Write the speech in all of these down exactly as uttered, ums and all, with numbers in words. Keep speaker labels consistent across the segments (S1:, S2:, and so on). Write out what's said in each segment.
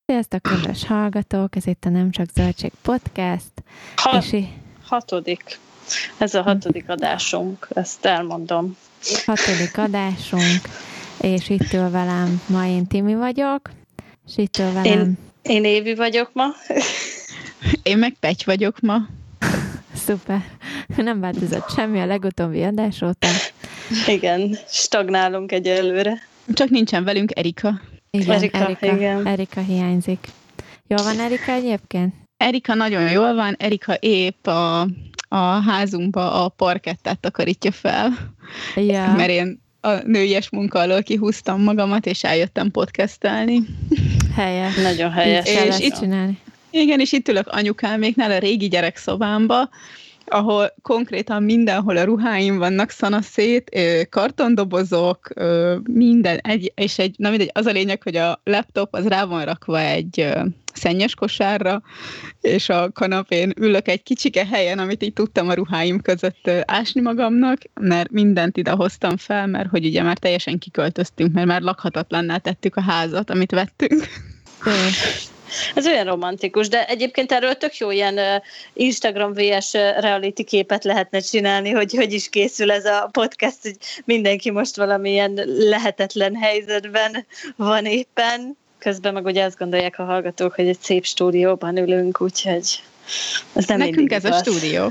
S1: Sziasztok, kedves hallgatók! Ez itt a Nem Csak Zöldség Podcast.
S2: Ha,
S1: és i-
S2: hatodik. Ez a hatodik adásunk, ezt elmondom.
S1: hatodik adásunk, és itt ül velem, ma én Timi vagyok, és itt ül velem...
S2: Én, én Évi vagyok ma.
S3: Én meg Petty vagyok ma.
S1: Szuper. Nem változott semmi a legutóbbi adás óta.
S2: Igen, stagnálunk egyelőre.
S3: Csak nincsen velünk Erika.
S1: Igen,
S2: Erika,
S1: Erika,
S2: igen.
S1: Erika hiányzik. Jól van Erika egyébként?
S3: Erika nagyon jól van, Erika épp a, a házunkba a parkettát takarítja fel,
S1: Ja.
S3: mert én a nőies munka alól kihúztam magamat, és eljöttem podcastelni.
S1: Helyes.
S2: Nagyon helyes.
S1: Így kell
S3: És
S1: ezt
S3: itt-
S1: csinálni.
S3: Igen, és itt ülök anyukáméknál a régi gyerekszobámba, ahol konkrétan mindenhol a ruháim vannak szanaszét, ö, kartondobozok, ö, minden, egy, és egy, na mindegy, az a lényeg, hogy a laptop az rá van rakva egy ö, szennyes kosárra, és a kanapén ülök egy kicsike helyen, amit így tudtam a ruháim között ö, ásni magamnak, mert mindent ide hoztam fel, mert hogy ugye már teljesen kiköltöztünk, mert már lakhatatlanná tettük a házat, amit vettünk.
S1: Jó.
S2: Ez olyan romantikus, de egyébként erről tök jó ilyen uh, Instagram vé es reality képet lehetne csinálni, hogy hogy is készül ez a podcast, hogy mindenki most valamilyen lehetetlen helyzetben van éppen. Közben meg ugye azt gondolják a hallgatók, hogy egy szép stúdióban ülünk, úgyhogy ez nem
S3: Nekünk
S2: mindig
S3: ez a
S2: igaz.
S3: stúdió.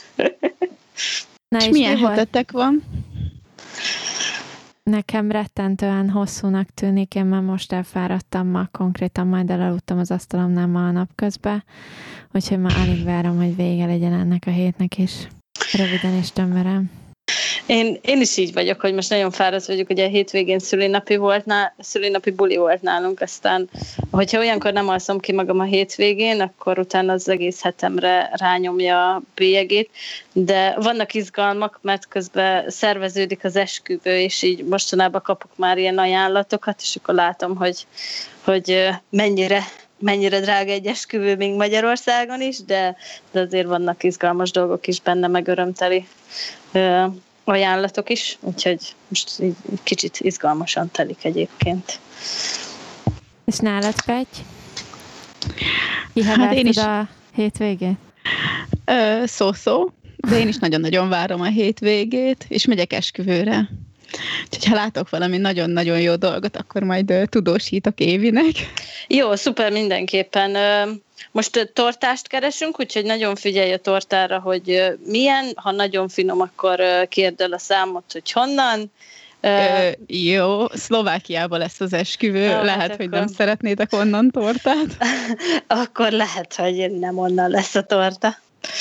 S1: Na
S3: És
S1: és
S3: milyen
S1: mi volt?
S3: hetetek van?
S1: Nekem rettentően hosszúnak tűnik, én már most elfáradtam, ma konkrétan majd elaludtam az asztalomnál ma a napközben, úgyhogy már alig várom, hogy vége legyen ennek a hétnek is. Röviden és tömören.
S2: Én, én is így vagyok, hogy most nagyon fáradt vagyok, ugye a hétvégén szülinapi volt nál, szülinapi buli volt nálunk, aztán hogyha olyankor nem alszom ki magam a hétvégén, akkor utána az egész hetemre rányomja a bélyegét, de vannak izgalmak, mert közben szerveződik az esküvő, és így mostanában kapok már ilyen ajánlatokat, és akkor látom, hogy, hogy mennyire mennyire drága egy esküvő még Magyarországon is, de, de azért vannak izgalmas dolgok is benne, meg örömteli ö, ajánlatok is, úgyhogy most így kicsit izgalmasan telik egyébként.
S1: És nálad, Petty? Kiheverted
S3: Hát én is-
S1: a hétvégét?
S3: Ö, Szó-szó, de én is nagyon-nagyon várom a hétvégét, és megyek esküvőre. Úgyhogy ha látok valami nagyon-nagyon jó dolgot, akkor majd ö, tudósítok Évinek.
S2: Jó, szuper, mindenképpen. Ö, Most ö, tortást keresünk, úgyhogy nagyon figyelj a tortára, hogy ö, milyen, ha nagyon finom, akkor ö, kérd el a számot, hogy honnan. Ö,
S3: Ö, jó, Szlovákiában lesz az esküvő,
S2: Ah,
S3: lehet,
S2: hát
S3: hogy
S2: akkor-
S3: nem szeretnétek onnan tortát.
S2: Akkor lehet, hogy nem onnan lesz a torta.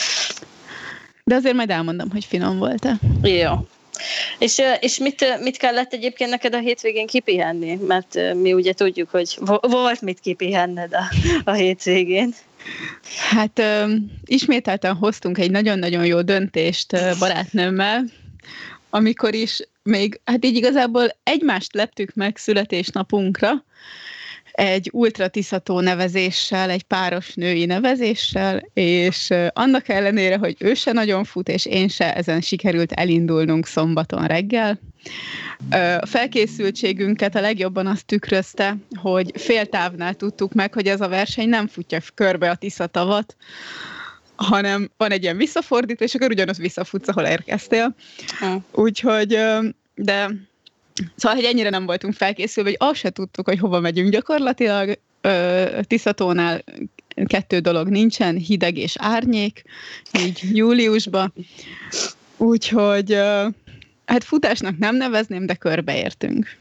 S3: De azért majd elmondom, hogy finom volt-e.
S2: Jó. És, ö, és mit, ö, mit kellett egyébként neked a hétvégén kipihenni? Mert ö, mi ugye tudjuk, hogy vo- volt mit kipihenned a, a hétvégén.
S3: Hát ö, ismételten hoztunk egy nagyon-nagyon jó döntést ö, barátnőmmel, amikor is még, hát így igazából egymást leptük meg születésnapunkra, egy Ultra Tiszató nevezéssel, egy páros női nevezéssel, és ö, annak ellenére, hogy ő se nagyon fut, és én se, ezen sikerült elindulnunk szombaton reggel. Ö, A felkészültségünket a legjobban azt tükrözte, hogy fél távnál tudtuk meg, hogy ez a verseny nem futja körbe a Tiszatavat, hanem van egy ilyen visszafordító, és akkor ugyanaz visszafutsz, ahol érkeztél.
S2: Hm.
S3: Úgyhogy, ö, de szóval, hogy ennyire nem voltunk felkészülve, hogy azt se tudtuk, hogy hova megyünk gyakorlatilag. Ö, Tiszatónál kettő dolog nincsen, hideg és árnyék, így júliusban. Úgyhogy ö, hát futásnak nem nevezném, de körbeértünk.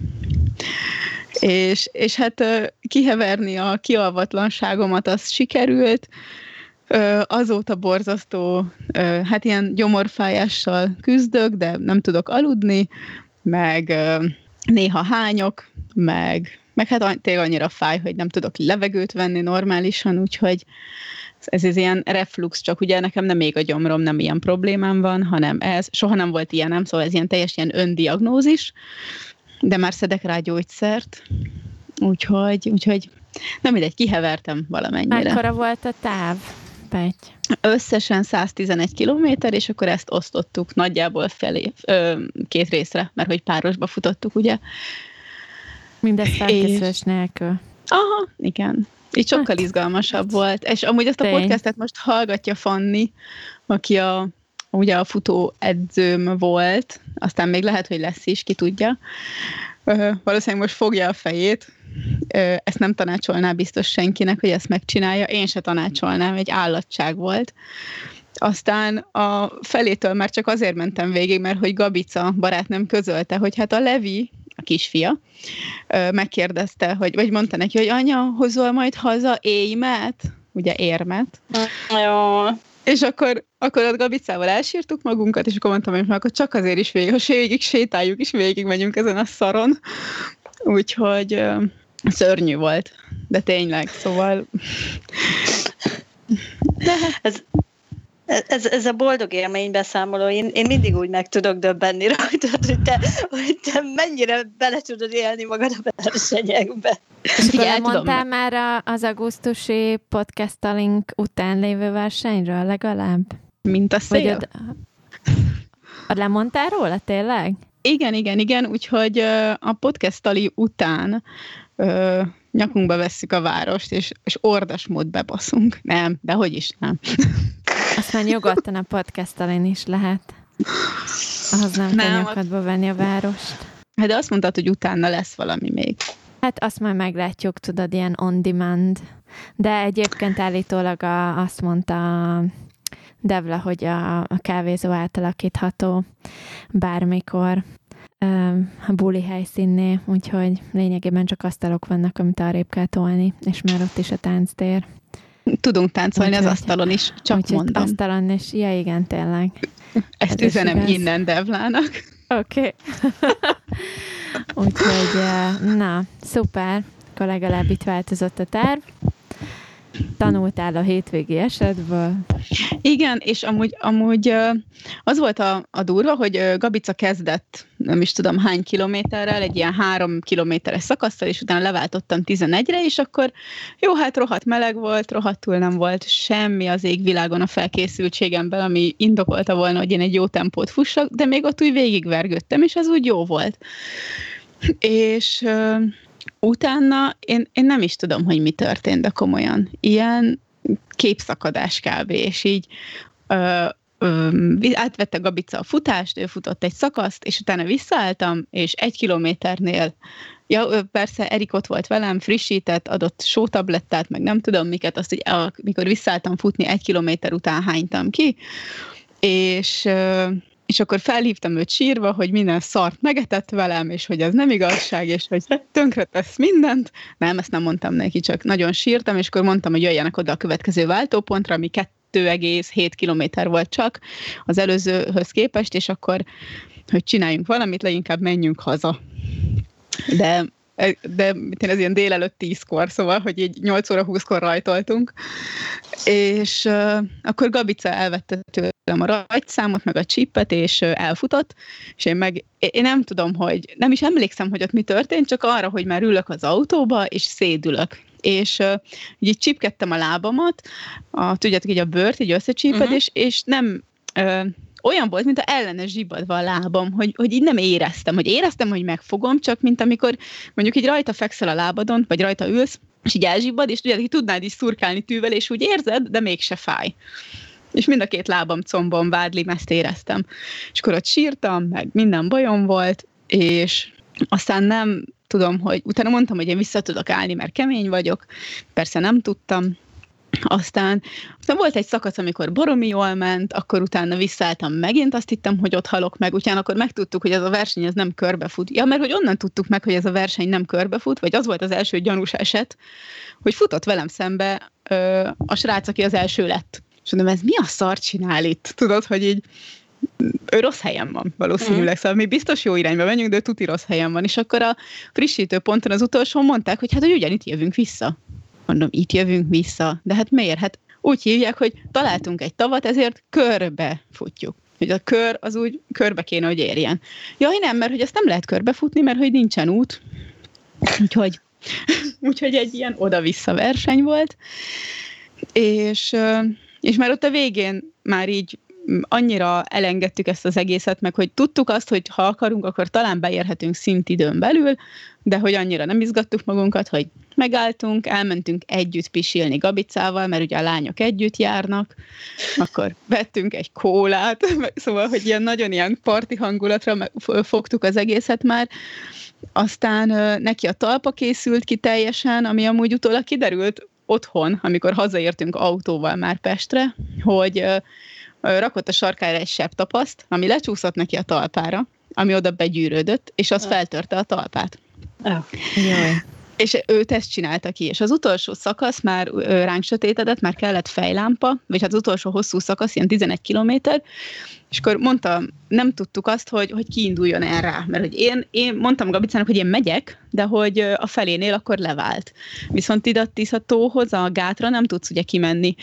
S3: És, és hát ö, kiheverni a kialvatlanságomat, az sikerült. Ö, azóta borzasztó, ö, hát ilyen gyomorfájással küzdök, de nem tudok aludni, meg ö, néha hányok, meg, meg hát an- tényleg annyira fáj, hogy nem tudok levegőt venni normálisan, úgyhogy ez az ilyen reflux, csak ugye nekem nem még a gyomrom, nem ilyen problémám van, hanem ez, soha nem volt ilyenem, szóval ez ilyen teljes ilyen öndiagnózis, de már szedek rá gyógyszert, úgyhogy, úgyhogy nem mindegy, kihevertem valamennyire.
S1: Mekkora volt a táv, Petty?
S3: Összesen száztizenegy kilométer, és akkor ezt osztottuk nagyjából felé, ö, két részre, mert hogy párosba futottuk, ugye.
S1: Mindezt felkészülés nélkül.
S3: Aha, igen. Így sokkal hát, izgalmasabb volt. És amúgy ezt a tény. Podcastet most hallgatja Fanni, aki a, ugye a futó edzőm volt, aztán még lehet, hogy lesz is, ki tudja. Valószínűleg most fogja a fejét. Ezt nem tanácsolná biztos senkinek, hogy ezt megcsinálja. Én se tanácsolnám, egy állatság volt. Aztán a felétől már csak azért mentem végig, mert hogy Gabica barátnőm közölte, hogy hát a Levi, a kisfia, megkérdezte, hogy, vagy mondta neki, hogy anya, hozol majd haza éjmet? Ugye érmet.
S2: Jó.
S3: És akkor, akkor ott Gabicával elsírtuk magunkat, és akkor mondtam, hogy akkor csak azért is végig, ha végig sétáljuk is, végig megyünk ezen a szaron. Úgyhogy uh, szörnyű volt. De tényleg, szóval...
S2: De... Ez, ez, ez a boldog élménybeszámoló, én, én mindig úgy meg tudok döbbenni rajtad, hogy te, hogy te mennyire bele tudod élni magad a versenyekbe.
S1: És akkor mondtál már az augusztusi podcastalink után lévő versenyről legalább?
S3: Mint a szél?
S1: A lemondtál róla tényleg?
S3: Igen, igen, igen, úgyhogy a podcastali után ö, nyakunkba vesszük a várost, és, és ordas mód bebaszunk. Nem, de hogy is nem.
S1: Azt már nyugodtan a podcastalin is lehet. Ahhoz nem, nem kell nyakadba venni a várost.
S3: Hát de azt mondtad, hogy utána lesz valami még.
S1: Hát azt majd meglátjuk, tudod, ilyen on demand. De egyébként állítólag a, azt mondta Devla, hogy a, a kávézó átalakítható bármikor a buli helyszínnél, úgyhogy lényegében csak asztalok vannak, amit arrébb kell tolni, és már ott is a tánctér.
S3: Tudunk táncolni úgy, az asztalon is, csak úgy, mondom.
S1: Asztalon is, ja igen, tényleg.
S3: Ezt ez üzenem igaz. Innen Devlának.
S1: Oké. Okay. Úgyhogy, na, szuper, akkor legalább itt változott a terv. Tanultál a hétvégi esetből?
S3: Igen, és amúgy, amúgy az volt a, a durva, hogy Gabica kezdett, nem is tudom hány kilométerrel, egy ilyen három kilométeres szakasszal, és utána leváltottam tizenegyre, és akkor jó, hát rohadt meleg volt, rohadtul nem volt semmi az égvilágon a felkészültségemben, ami indokolta volna, hogy én egy jó tempót fussak, de még ott úgy végigvergődtem, és az úgy jó volt. És... utána én, én nem is tudom, hogy mi történt, de komolyan. Ilyen képszakadás kb. És így ö, ö, átvette Gabica a futást, ő futott egy szakaszt, és utána visszaálltam, és egy kilométernél, ja, persze Erik ott volt velem, frissített, adott sótablettát, meg nem tudom miket, azt, hogy amikor visszaálltam futni, egy kilométer után hánytam ki, és... Ö, és akkor felhívtam őt sírva, hogy minden szart megetett velem, és hogy ez nem igazság, és hogy tönkretesz mindent. Nem, ezt nem mondtam neki, csak nagyon sírtam, és akkor mondtam, hogy jöjjenek oda a következő váltópontra, ami kettő egész hét kilométer volt csak az előzőhöz képest, és akkor, hogy csináljunk valamit, leginkább menjünk haza. De... de ez ilyen délelőtt tízkor, szóval, hogy így nyolc óra húszkor rajtoltunk, és uh, akkor Gabica elvette tőlem a rajtszámot, meg a csípet, és uh, elfutott, és én meg, én nem tudom, hogy, nem is emlékszem, hogy ott mi történt, csak arra, hogy már ülök az autóba, és szédülök. És uh, így csípkedtem a lábamat, a, tudjátok, így a bőrt, így összecsíped, uh-huh. és, és nem... Uh, olyan volt, mint a ellene zsibbadva a lábam, hogy, hogy így nem éreztem, hogy éreztem, hogy megfogom, csak mint amikor mondjuk így rajta fekszel a lábadon, vagy rajta ülsz, és így elzsibbad, és tudjátok, tudnád is szurkálni tűvel, és úgy érzed, de mégse fáj. És mind a két lábam combon vádlim, ezt éreztem. És akkor ott sírtam, meg minden bajom volt, és aztán nem tudom, hogy utána mondtam, hogy én vissza tudok állni, mert kemény vagyok. Persze nem tudtam. Aztán, aztán volt egy szakasz, amikor baromi jól ment, akkor utána visszaálltam megint, azt hittem, hogy ott halok meg, utána akkor megtudtuk, hogy ez a verseny ez nem körbefut. Ja, mert hogy onnan tudtuk meg, hogy ez a verseny nem körbefut, vagy az volt az első gyanús eset, hogy futott velem szembe ö, a srác, aki az első lett. És mondom, ez mi a szar csinál itt? Tudod, hogy így ő rossz helyen van valószínűleg, mm. szóval mi biztos jó irányba menjünk, de ő tuti rossz helyen van. És akkor a frissítő ponton az utolsó mondták, hogy hát, hogy ugyanitt jövünk vissza. Mondom, itt jövünk vissza. De hát miért? Hát úgy hívják, hogy találtunk egy tavat, ezért körbe futjuk. Hogy a kör az úgy körbe kéne, hogy érjen. Jaj, nem, mert hogy ezt nem lehet körbefutni, mert hogy nincsen út. Úgyhogy, úgyhogy egy ilyen oda-vissza verseny volt. És, és már ott a végén már így annyira elengedtük ezt az egészet, meg hogy tudtuk azt, hogy ha akarunk, akkor talán beérhetünk szintidőn belül, de hogy annyira nem izgattuk magunkat, hogy megálltunk, elmentünk együtt pisilni Gabicával, mert ugye a lányok együtt járnak, akkor vettünk egy kólát, szóval, hogy ilyen nagyon ilyen parti hangulatra fogtuk az egészet már, aztán neki a talpa készült ki teljesen, ami amúgy utólag kiderült otthon, amikor hazaértünk autóval már Pestre, hogy rakott a sarkára egy sebtapaszt, ami lecsúszott neki a talpára, ami oda begyűrődött, és az feltörte a talpát.
S1: Oh. Jaj.
S3: És őt ezt csinálta ki, és az utolsó szakasz már ránk sötétedett, már kellett fejlámpa, vagy hát az utolsó hosszú szakasz, ilyen tizenegy kilométer, és akkor mondtam, nem tudtuk azt, hogy, hogy kiinduljon el rá, mert hogy én, én mondtam Gabicának, hogy én megyek, de hogy a felénél akkor levált. Viszont ide a Tisza-tóhoz, a gátra nem tudsz ugye kimenni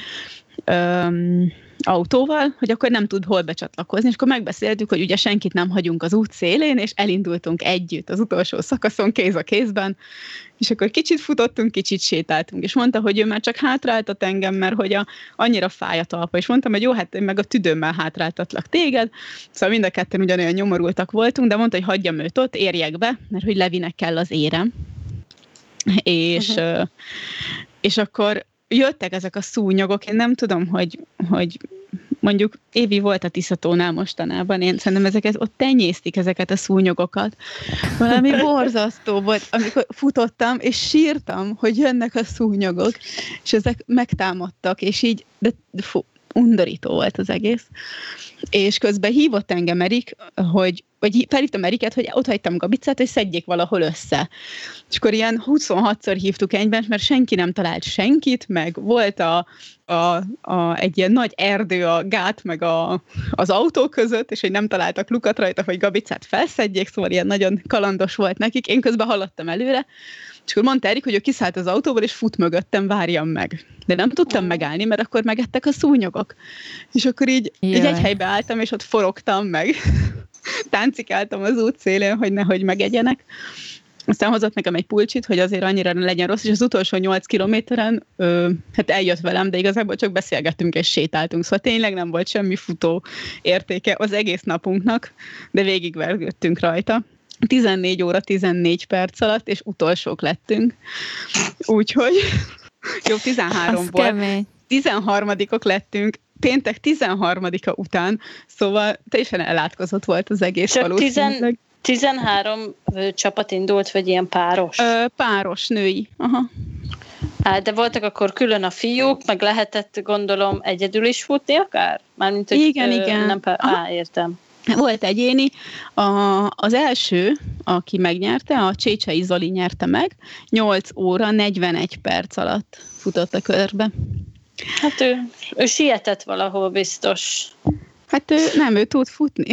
S3: öm, autóval, hogy akkor nem tud hol becsatlakozni, és akkor megbeszéltük, hogy ugye senkit nem hagyunk az út szélén, és elindultunk együtt az utolsó szakaszon, kéz a kézben, és akkor kicsit futottunk, kicsit sétáltunk, és mondta, hogy ő már csak hátráltat engem, mert hogy a, annyira fáj a talpa, és mondtam, hogy jó, hát én meg a tüdőmmel hátráltatlak téged, szóval mind a ketten ugyanolyan nyomorultak voltunk, de mondta, hogy hagyjam őt ott, érjek be, mert hogy Levinek kell az érem, és, uh-huh. és akkor jöttek ezek a szúnyogok, én nem tudom, hogy, hogy mondjuk Évi volt a Tiszatónál mostanában, én szerintem ezeket ott tenyésztik ezeket a szúnyogokat. Valami borzasztó volt, amikor futottam, és sírtam, hogy jönnek a szúnyogok, és ezek megtámadtak, és így, de fú, undorító volt az egész. És közben hívott engem Erik, hogy, vagy felhívtam Eriket, hogy ott hagytam Gabicát, hogy szedjék valahol össze. És akkor ilyen huszonhatszor hívtuk egyben, mert senki nem talált senkit, meg volt a, a, a, egy ilyen nagy erdő a gát, meg a, az autó között, és hogy nem találtak lukat rajta, hogy Gabicát felszedjék, szóval ilyen nagyon kalandos volt nekik. Én közben haladtam előre, és akkor mondta Erik, hogy ő kiszállt az autóból, és fut mögöttem, várjam meg. De nem tudtam megállni, mert akkor megettek a szúnyogok. És akkor így, így egy helybe álltam, és ott forogtam meg. Táncikáltam az út szélén, hogy nehogy megegyenek. Aztán hozott nekem egy pulcsit, hogy azért annyira ne legyen rossz, és az utolsó nyolc kilométeren ö, hát eljött velem, de igazából csak beszélgettünk és sétáltunk, szóval tényleg nem volt semmi futó értéke az egész napunknak, de végigvergődtünk rajta. tizennégy óra, tizennégy perc alatt, és utolsók lettünk. Úgyhogy jó, tizenhárom volt. Kemény. tizenharmadikok lettünk, péntek tizenharmadika után, szóval teljesen elátkozott volt az egész
S2: csak
S3: valószínűleg.
S2: tizenhárom csapat indult, vagy ilyen páros?
S3: Ö, páros, női. Aha.
S2: Hát, de voltak akkor külön a fiúk, meg lehetett, gondolom, egyedül is futni akár? Mármint, hogy
S3: igen, ö, igen.
S2: Nem pár... Á, értem.
S3: Volt egyéni. A, az első, aki megnyerte, a Csécsei Zoli nyerte meg, nyolc óra, negyvenegy perc alatt futott a körbe.
S2: Hát ő, ő sietett valahol biztos.
S3: Hát ő nem, ő tud futni.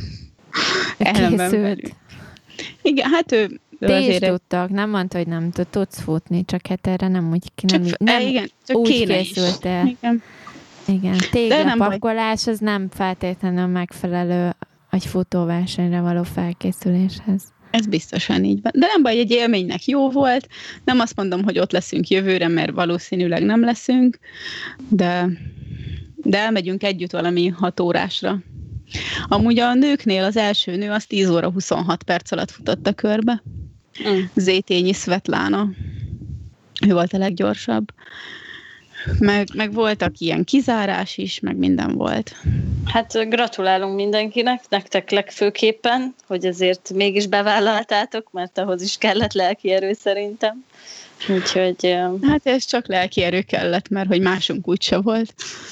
S1: Készült.
S3: Igen, hát ő...
S1: Ti is tudtak, nem mondta, hogy nem tud, tudsz futni, csak hát erre nem úgy, nem,
S3: csak,
S1: nem
S3: igen, csak
S1: úgy készültél.
S3: Igen.
S1: Igen, téglapakolás az nem feltétlenül megfelelő egy futóversenyre való felkészüléshez.
S3: Ez biztosan így van. De nem baj, egy élménynek jó volt. Nem azt mondom, hogy ott leszünk jövőre, mert valószínűleg nem leszünk, de, de elmegyünk együtt valami hat órásra. Amúgy a nőknél az első nő az tíz óra huszonhat perc alatt futott a körbe. Mm. Zétényi Szvetlana. Ő volt a leggyorsabb. Meg, meg voltak ilyen kizárás is, meg minden volt.
S2: Hát gratulálunk mindenkinek, nektek legfőképpen, hogy azért mégis bevállaltátok, mert ahhoz is kellett lelki erő szerintem. Úgyhogy...
S3: Hát ez csak lelki erő kellett, mert hogy másunk úgyse volt.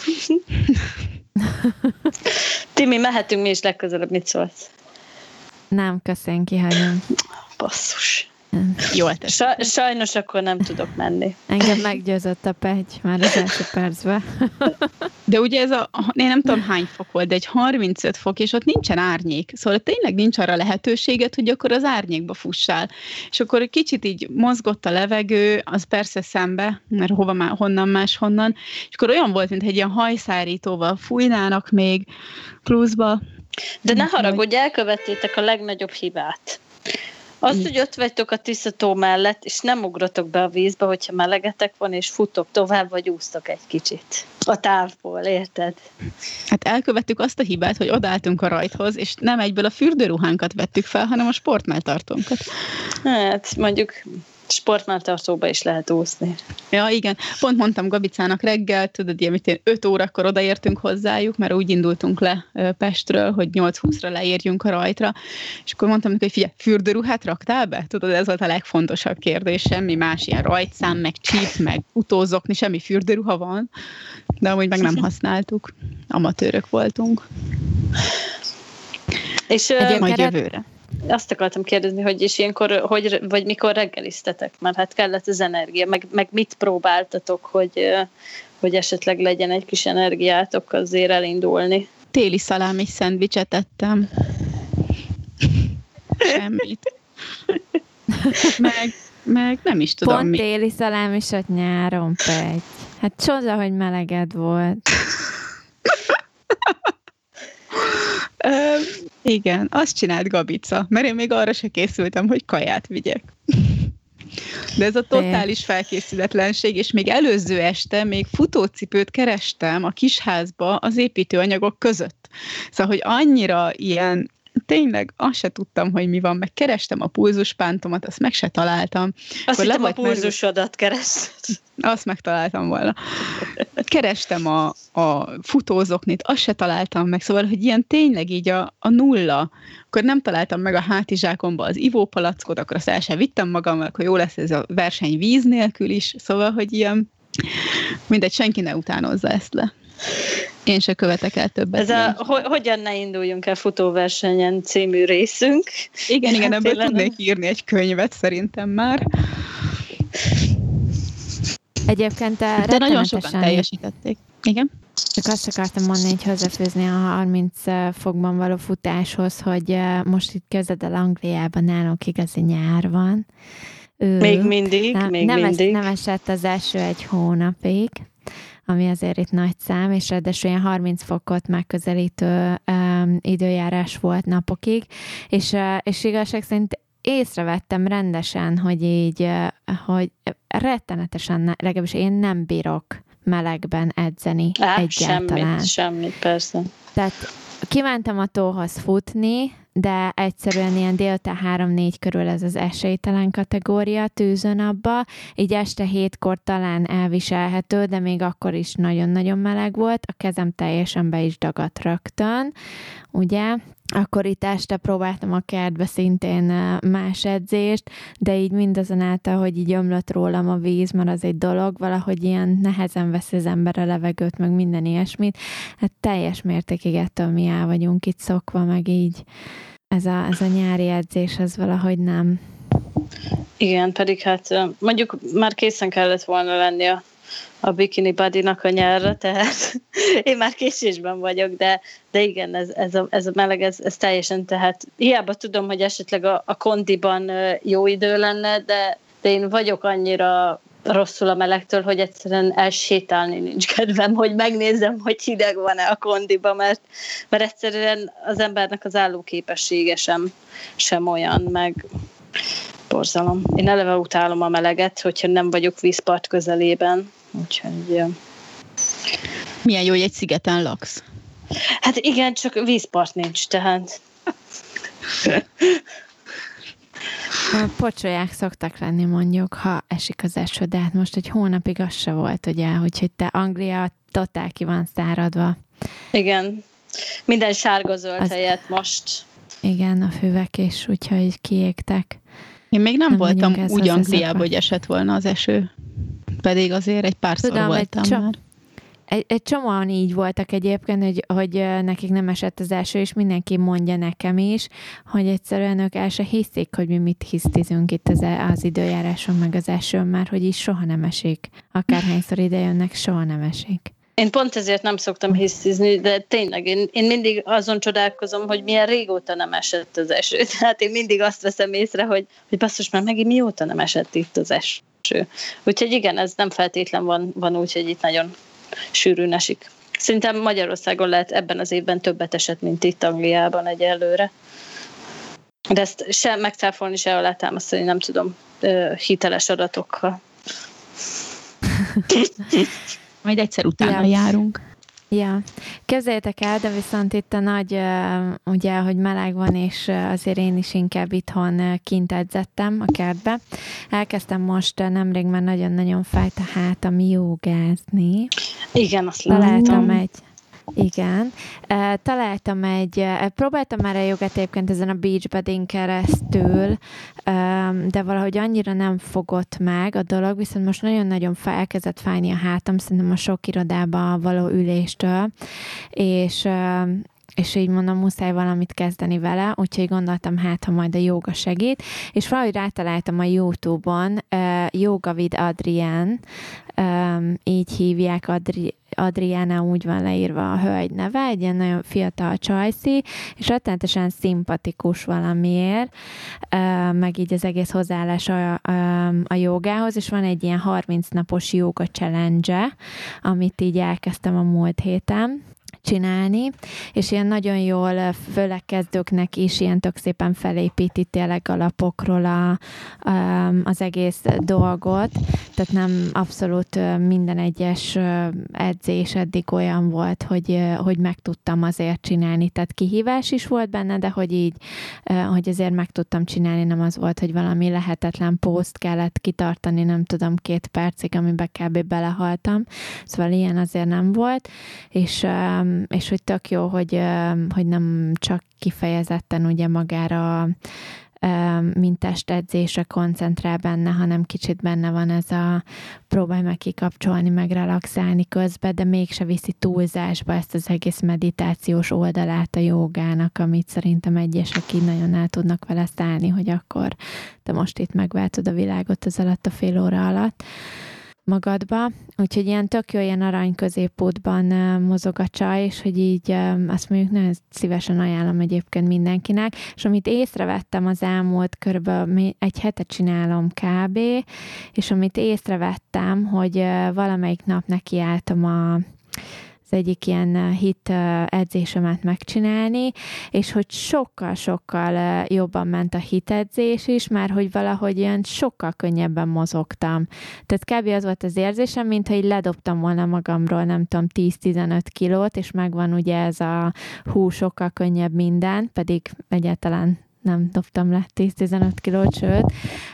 S2: Timi, mehetünk mi is legközelebb, mit szólsz?
S1: Nem, köszönöm, kihagyom.
S2: Basszus.
S3: Jó,
S2: Sa- sajnos akkor nem tudok menni.
S1: Engem meggyőzött a pegy már az első percben.
S3: De ugye ez a, én nem tudom hány fok volt, de egy harmincöt fok, és ott nincsen árnyék. Szóval tényleg nincs arra lehetőséget, hogy akkor az árnyékba fussál. És akkor egy kicsit így mozgott a levegő, az persze szembe, mert hova má, honnan máshonnan. És akkor olyan volt, mintha egy ilyen hajszárítóval fújnának még pluszba.
S2: De ne haragudj, elkövettétek a legnagyobb hibát. Azt, hogy ott vagytok a Tisza-tó mellett, és nem ugrotok be a vízbe, hogyha melegetek van, és futok tovább, vagy úsztok egy kicsit a távból, érted?
S3: Hát elkövettük azt a hibát, hogy odálltunk a rajthoz, és nem egyből a fürdőruhánkat vettük fel, hanem a sportmelltartónkat.
S2: Hát mondjuk Sportmártartóba is lehet úszni.
S3: Ja, igen. Pont mondtam Gabicának reggel, tudod, ilyen, mint én öt órakor odaértünk hozzájuk, mert úgy indultunk le Pestről, hogy nyolc húszra leérjünk a rajtra, és akkor mondtam neki, hogy figyelj, fürdőruhát raktál be? Tudod, ez volt a legfontosabb kérdés, semmi más, ilyen rajtszám, meg csíp, meg utózokni, semmi fürdőruha van, de amúgy meg nem használtuk. Amatőrök voltunk.
S2: És
S3: majd jövőre.
S2: Azt akartam kérdezni, hogy is ilyenkor, hogy, vagy mikor reggeliztetek, mert hát kellett az energia, meg, meg mit próbáltatok, hogy, hogy esetleg legyen egy kis energiátok azért elindulni.
S3: Téli szalámi szendvicset ettem. Semmit. meg, meg nem is tudom
S1: Pont
S3: mi.
S1: téli szalámisat nyáron, Pegy. Hát csoda, hogy meleged volt.
S3: Ö, igen, azt csinált Gabica, mert én még arra se készültem, hogy kaját vigyek. De ez a totális felkészületlenség, és még előző este még futócipőt kerestem a kisházba az építőanyagok között. Szóval, hogy annyira ilyen, tényleg azt se tudtam, hogy mi van, meg kerestem a pulzuspántomat, azt meg se találtam.
S2: Azt hittem a pulzusodat kerested.
S3: Azt megtaláltam volna. Kerestem a, a futózoknit, azt se találtam meg, szóval, hogy ilyen tényleg így a, a nulla. Akkor nem találtam meg a hátizsákomba az ivópalackot, akkor azt el sem vittem magammal, akkor jó lesz ez a verseny víz nélkül is, szóval, hogy ilyen mindegy, senki ne utánozza ezt le. Én se követek el többet.
S2: Ez a ho- Hogyan ne induljunk el futóversenyen című részünk.
S3: Igen, igen, ebből tudnék írni egy könyvet szerintem már.
S1: Egyébként
S3: de nagyon sokan teljesítették. Igen?
S1: Csak azt akartam mondani, hogy hozzáfőzni a harminc fokban való futáshoz, hogy most itt kezded el Angliában, nálunk igazi nyár van. Ő,
S2: még mindig, nem, még
S1: nem
S2: mindig.
S1: Es, nem esett az eső egy hónapig, ami azért itt nagy szám, és ráadásul ilyen harminc fokot megközelítő um, időjárás volt napokig, és, uh, és igazság szerint észrevettem rendesen, hogy így, uh, hogy rettenetesen, legalábbis én nem bírok melegben edzeni
S2: Á,
S1: egyáltalán.
S2: Semmit, semmit, persze.
S1: Tehát kimentem a tóhoz futni, de egyszerűen ilyen délután három-négy körül ez az esélytelen kategória tűzön abba, így este hétkor talán elviselhető, de még akkor is nagyon-nagyon meleg volt, a kezem teljesen be is dagadt rögtön, ugye? Akkor itt este próbáltam a kertbe szintén más edzést, de így mindazonáltal, hogy így ömlött rólam a víz, mert az egy dolog, valahogy ilyen nehezen vesz az ember a levegőt, meg minden ilyesmit. Hát teljes mértékig ettől mi el vagyunk itt szokva, meg így ez a, ez a nyári edzés, az valahogy nem.
S2: Igen, pedig hát mondjuk már készen kellett volna lenni a a bikini bodynak a nyárra, tehát én már késésben vagyok, de, de igen, ez, ez, a, ez a meleg, ez, ez teljesen, tehát hiába tudom, hogy esetleg a, a kondiban jó idő lenne, de, de én vagyok annyira rosszul a melegtől, hogy egyszerűen elsétálni nincs kedvem, hogy megnézzem, hogy hideg van-e a kondiba, mert, mert egyszerűen az embernek az állóképessége sem, sem olyan, meg borzalom. Én eleve utálom a meleget, hogyha nem vagyok vízpart közelében. Úgyhogy...
S3: Milyen jó, hogy egy szigeten laksz.
S2: Hát igen, csak vízpart nincs, tehát...
S1: A pocsolyák szoktak lenni, mondjuk, ha esik az eső, de hát most egy hónapig az se volt, ugye, úgyhogy te Anglia totál ki van száradva.
S2: Igen. Minden sárga-zöld az... helyett most.
S1: Igen, a füvek is, úgyhogy kiégtek.
S3: Én még nem, nem voltam úgy Angliában, hogy esett volna az eső. Pedig azért egy párszor Tudom, voltam egy már.
S1: Egy, egy csomóan így voltak egyébként, hogy, hogy nekik nem esett az eső, és mindenki mondja nekem is, hogy egyszerűen ők el se hiszik, hogy mi mit hisztizünk itt az, az időjáráson, meg az esőn, már hogy is soha nem esik. Akárhányszor ide jönnek, soha nem esik.
S2: Én pont ezért nem szoktam hisztizni, de tényleg én, én mindig azon csodálkozom, hogy milyen régóta nem esett az eső. Tehát én mindig azt veszem észre, hogy, hogy basszus, már megint mióta nem esett itt az eső. Úgyhogy igen, ez nem feltétlen van, van úgy, hogy itt nagyon sűrűn esik. Szerintem Magyarországon lehet ebben az évben többet esett, mint itt Angliában egyelőre. De ezt sem megcáfolni, se alátámasztani, nem tudom, hiteles adatokkal.
S3: Majd egyszer utána ja. járunk.
S1: Ja, képzeljétek el, de viszont itt a nagy, ugye, hogy meleg van, és azért én is inkább itthon kint edzettem a kertbe. Elkezdtem most nemrég, már nagyon-nagyon fájt a hátam jogázni.
S2: Igen, azt
S1: Találtam egy Igen. Találtam egy, próbáltam már a jogát egyébként ezen a Beachbodyn keresztül, de valahogy annyira nem fogott meg a dolog, viszont most nagyon-nagyon fáj, elkezdett fájni a hátam, szerintem a sok irodába való üléstől, és és így mondom, muszáj valamit kezdeni vele, úgyhogy gondoltam, hát, ha majd a jóga segít, és valahogy rátaláltam a YouTube-on, uh, Yoga with Adrienne, um, így hívják, Adri- Adriana, úgy van leírva a hölgy neve, egy ilyen nagyon fiatal csajszi, és rettenetesen szimpatikus valamiért, uh, meg így az egész hozzáállás a, a, a jogához, és van egy ilyen harminc napos joga challenge, amit így elkezdtem a múlt héten csinálni, és ilyen nagyon jól, főleg kezdőknek is ilyen tök szépen felépíti tényleg alapokról a, a, az egész dolgot, tehát nem abszolút minden egyes edzés eddig olyan volt, hogy, hogy meg tudtam azért csinálni, tehát kihívás is volt benne, de hogy így, hogy azért meg tudtam csinálni, nem az volt, hogy valami lehetetlen poszt kellett kitartani, nem tudom, két percig, amiben kb. Belehaltam, szóval ilyen azért nem volt, és és hogy tök jó, hogy, hogy nem csak kifejezetten ugye magára mint testedzésre koncentrál benne, hanem kicsit benne van ez a próbálj meg kikapcsolni, meg relaxálni közben, de mégse viszi túlzásba ezt az egész meditációs oldalát a jogának, amit szerintem egyesek így nagyon el tudnak vele szállni, hogy akkor te most itt megváltod a világot az alatt a fél óra alatt magadba, úgyhogy ilyen tök jó, ilyen arany középútban mozog a csaj, és hogy így azt mondjuk nagyon szívesen ajánlom egyébként mindenkinek, és amit észrevettem az elmúlt körülbelül egy hetet csinálom kb, és amit észrevettem, hogy valamelyik nap nekiálltam a az egyik ilyen hit edzésemet megcsinálni, és hogy sokkal-sokkal jobban ment a hitedzés is, már hogy valahogy ilyen sokkal könnyebben mozogtam. Tehát kb. Az volt az érzésem, mintha így ledobtam volna magamról, nem tudom, tíz-tizenöt kilót, és megvan ugye ez a hú, sokkal könnyebb minden, pedig egyáltalán nem dobtam le tíz-tizenöt kilót, sőt,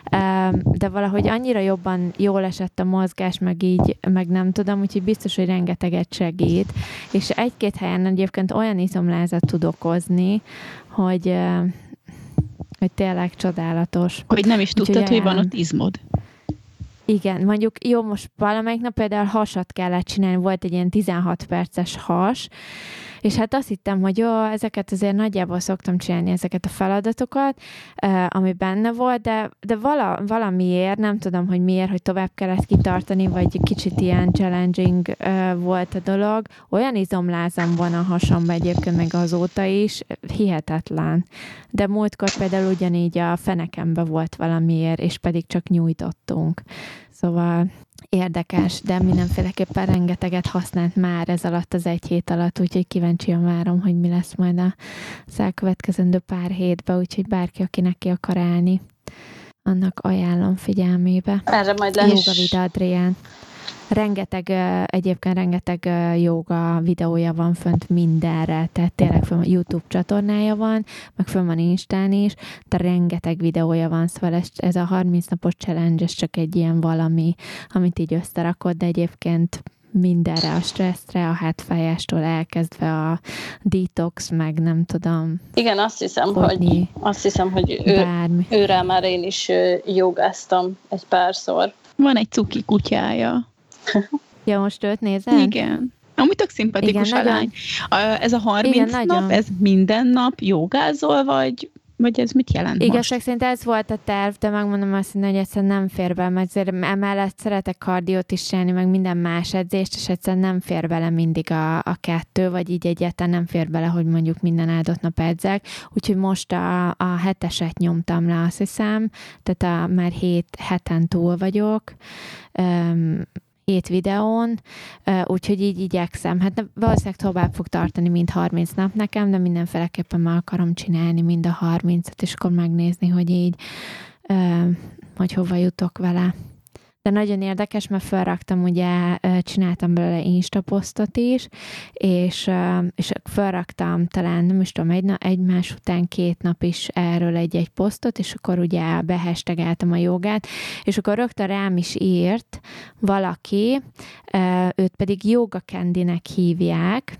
S1: de valahogy annyira jobban jól esett a mozgás, meg így, meg nem tudom, úgyhogy biztos, hogy rengeteget segít, és egy-két helyen egyébként olyan izomlázat tud okozni, hogy, hogy tényleg csodálatos.
S3: Hogy nem is tudtad, hogy van ott izmod.
S1: Igen, mondjuk jó, most valamelyik nap például hasat kellett csinálni, volt egy ilyen tizenhat perces has, és hát azt hittem, hogy jó, ezeket azért nagyjából szoktam csinálni, ezeket a feladatokat, ami benne volt, de, de vala, valamiért, nem tudom, hogy miért, hogy tovább kellett kitartani, vagy kicsit ilyen challenging volt a dolog. Olyan izomlázam van a hasamban egyébként, meg azóta is, hihetetlen. De múltkor például ugyanígy a fenekembe volt valamiért, és pedig csak nyújtottunk. Szóval érdekes, de mindenféleképpen rengeteget használt már ez alatt az egy hét alatt, úgyhogy kíváncsian várom, hogy mi lesz majd az elkövetkezendő pár hétben, úgyhogy bárki, aki neki akar állni, annak ajánlom figyelmébe.
S2: Erre majd lesz.
S1: Yoga with Adrienne. Rengeteg, egyébként rengeteg jóga videója van fönt mindenre, tehát tényleg fönn YouTube csatornája van, meg fönn van Instán is, de rengeteg videója van, szóval ez, ez a harminc napos challenge, ez csak egy ilyen valami, amit így összerakod, de egyébként mindenre, a stresszre, a hátfájástól elkezdve a detox, meg nem tudom.
S2: Igen, azt hiszem, hogy, azt hiszem, hogy ő, őrá már én is jogáztam egy párszor.
S3: Van egy cuki kutyája.
S1: Ja, most őt nézed?
S3: Igen. Amúgy tök szimpatikus
S1: igen,
S3: a lány. Nagyon... Ez a harminc igen, nap, nagyon... ez minden nap jogázol, vagy, vagy ez mit jelent
S1: Igazság
S3: most?
S1: szerint ez volt a terv, de megmondom azt, hogy egyszerűen nem fér be, mert emellett szeretek kardiót is csinálni, meg minden más edzést, és egyszerűen nem fér bele mindig a, a kettő, vagy így egyáltalán nem fér bele, hogy mondjuk minden áldott nap edzek. Úgyhogy most a, a heteset nyomtam le, azt hiszem, tehát a, már hét heten túl vagyok, um, hét videón, úgyhogy így igyekszem. Hát valószínűleg tovább fog tartani, mint harminc nap nekem, de mindenféleképpen meg akarom csinálni mind a harmincat, és akkor megnézni, hogy így, hogy hova jutok vele. De nagyon érdekes, mert felraktam, ugye csináltam belőle Insta posztot is, és, és felraktam talán, nem is tudom, egy, egymás után két nap is erről egy-egy posztot, és akkor ugye behashtageltem a jogát, és akkor rögtön rám is írt valaki, őt pedig Yoga Candynek hívják,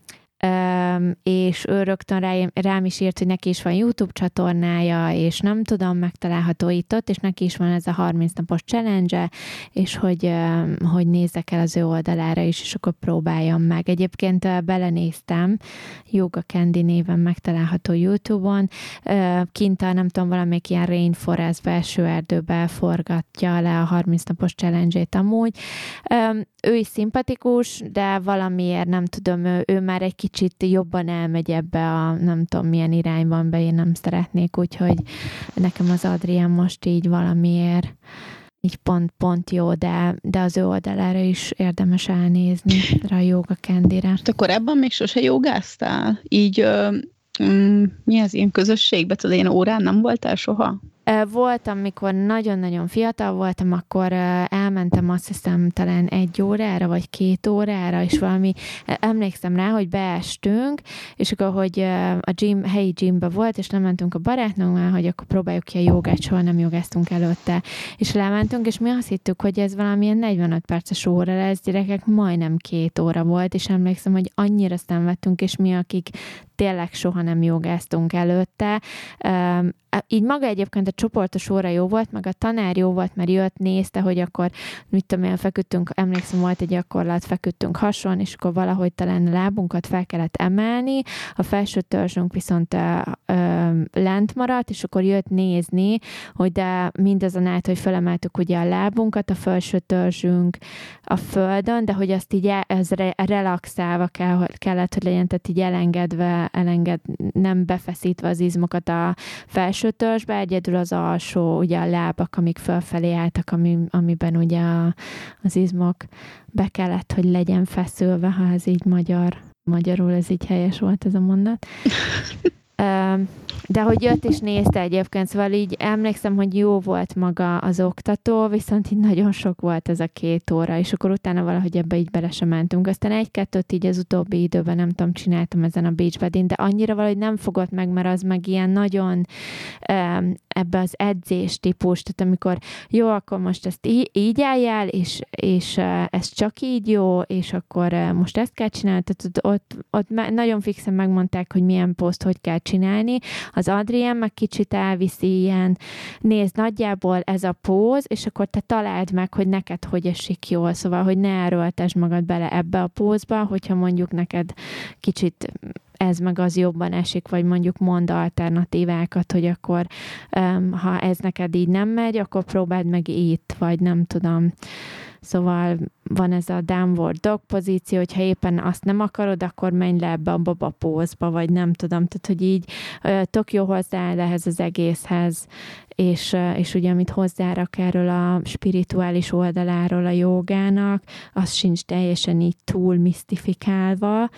S1: Um, és ő rögtön rá, rám is írt, hogy neki is van YouTube csatornája, és nem tudom, megtalálható itt-ott, és neki is van ez a harminc napos challenge, és hogy, um, hogy nézzek el az ő oldalára is, és akkor próbáljam meg. Egyébként uh, belenéztem, Yoga Candy néven megtalálható YouTube-on, uh, kint a, nem tudom, valamelyik ilyen rainforestbe, esőerdőbe forgatja le a harminc napos challenge-ét amúgy. Um, ő is szimpatikus, de valamiért nem tudom, ő, ő már egy kicsit jobban elmegy ebbe a nem tudom milyen irányban be, én nem szeretnék, úgyhogy nekem az Adrián most így valamiért így pont, pont jó, de, de az ő oldalára is érdemes elnézni, rá a Yoga Candyre.
S3: Te korábban még sose jogáztál? Így ö, mm, mi az ilyen közösségben? Tudod, ilyen órán nem voltál soha?
S1: Voltam, mikor nagyon-nagyon fiatal voltam, akkor elmentem azt hiszem talán egy órára, vagy két órára, és valami, emlékszem rá, hogy beestünk, és akkor, hogy a gym, helyi gymbe volt, és lementünk a barátnőmmel, hogy akkor próbáljuk ki a jogát, soha nem jogáztunk előtte. És lementünk, és mi azt hittük, hogy ez valamilyen negyvenöt perces óra lesz, gyerekek, majdnem két óra volt, és emlékszem, hogy annyira szenvedtünk, és mi, akik tényleg soha nem jogáztunk előtte. Így maga egyébként a csoportos óra jó volt, meg a tanár jó volt, mert jött, nézte, hogy akkor, mit tudom én, feküdtünk, emlékszem, volt egy gyakorlat, feküdtünk hason, és akkor valahogy talán a lábunkat fel kellett emelni, a felső törzsünk viszont ö, ö, lent maradt, és akkor jött nézni, hogy de mindazonáltal, hogy felemeltük ugye a lábunkat, a felső törzsünk a földön, de hogy azt így ez re, relaxálva kell, kellett, hogy legyen, tehát így elengedve, elenged, nem befeszítve az izmokat a felső törzsbe, egyedül az alsó, ugye a lábak, amik fölfelé álltak, ami, amiben ugye a, az izmok be kellett, hogy legyen feszülve, ha ez így magyar, magyarul ez így helyes volt ez a mondat. De hogy jött és nézte egyébként, szóval így emlékszem, hogy jó volt maga az oktató, viszont így nagyon sok volt ez a két óra, és akkor utána valahogy ebbe így bele sem mentünk. Aztán egy-kettőt így az utóbbi időben nem tudom, csináltam ezen a beachbedin, de annyira valahogy nem fogott meg, mert az meg ilyen nagyon um, ebbe az edzés típus, tehát amikor jó, akkor most ezt í- így álljál, és, és uh, ez csak így jó, és akkor uh, most ezt kell csinálni, tehát ott, ott, ott nagyon fixen megmondták, hogy milyen poszt, hogy kell csinálni. Az Adrián meg kicsit elviszi ilyen, nézd, nagyjából ez a póz, és akkor te találd meg, hogy neked hogy esik jól, szóval, hogy ne erőltesd magad bele ebbe a pózba, hogyha mondjuk neked kicsit ez meg az jobban esik, vagy mondjuk mond alternatívákat, hogy akkor um, ha ez neked így nem megy, akkor próbáld meg itt, vagy nem tudom. Szóval van ez a downward dog pozíció, hogyha éppen azt nem akarod, akkor menj le ebbe a baba pózba, vagy nem tudom. Tehát, hogy így tök jó hozzááll ehhez az egészhez, és, és ugye, amit hozzárak erről a spirituális oldaláról a jogának, az sincs teljesen így túl misztifikálva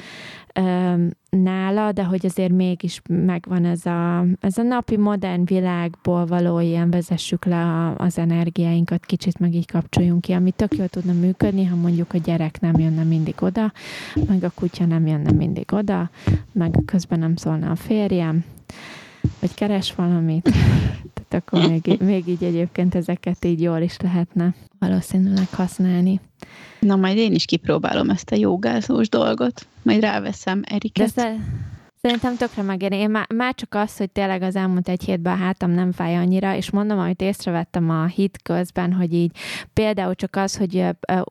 S1: um, nála, de hogy azért mégis megvan ez a, ez a napi modern világból való ilyen vezessük le a, az energiáinkat, kicsit meg így kapcsoljunk ki, ami tök jól tudna működni, ha mondjuk a gyerek nem jönne mindig oda, meg a kutya nem jönne mindig oda, meg közben nem szólna a férjem, vagy keres valamit, tehát akkor még, még így egyébként ezeket így jól is lehetne valószínűleg használni.
S3: Na, majd én is kipróbálom ezt a jogázós dolgot, majd ráveszem Eriket.
S1: De szerintem tökre megéri. Én má, már csak az, hogy tényleg az elmúlt egy hétben a hátam nem fáj annyira, és mondom, amit észrevettem a hit közben, hogy így például csak az, hogy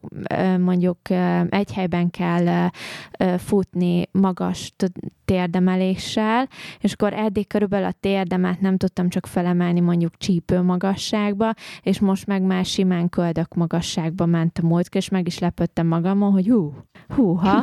S1: mondjuk egy helyben kell futni magas térdemeléssel, és akkor eddig körülbelül a térdemet nem tudtam csak felemelni mondjuk csípő magasságba, és most meg már simán köldök magasságba ment a múltkor, és meg is lepődtem magamon, hogy hú, húha,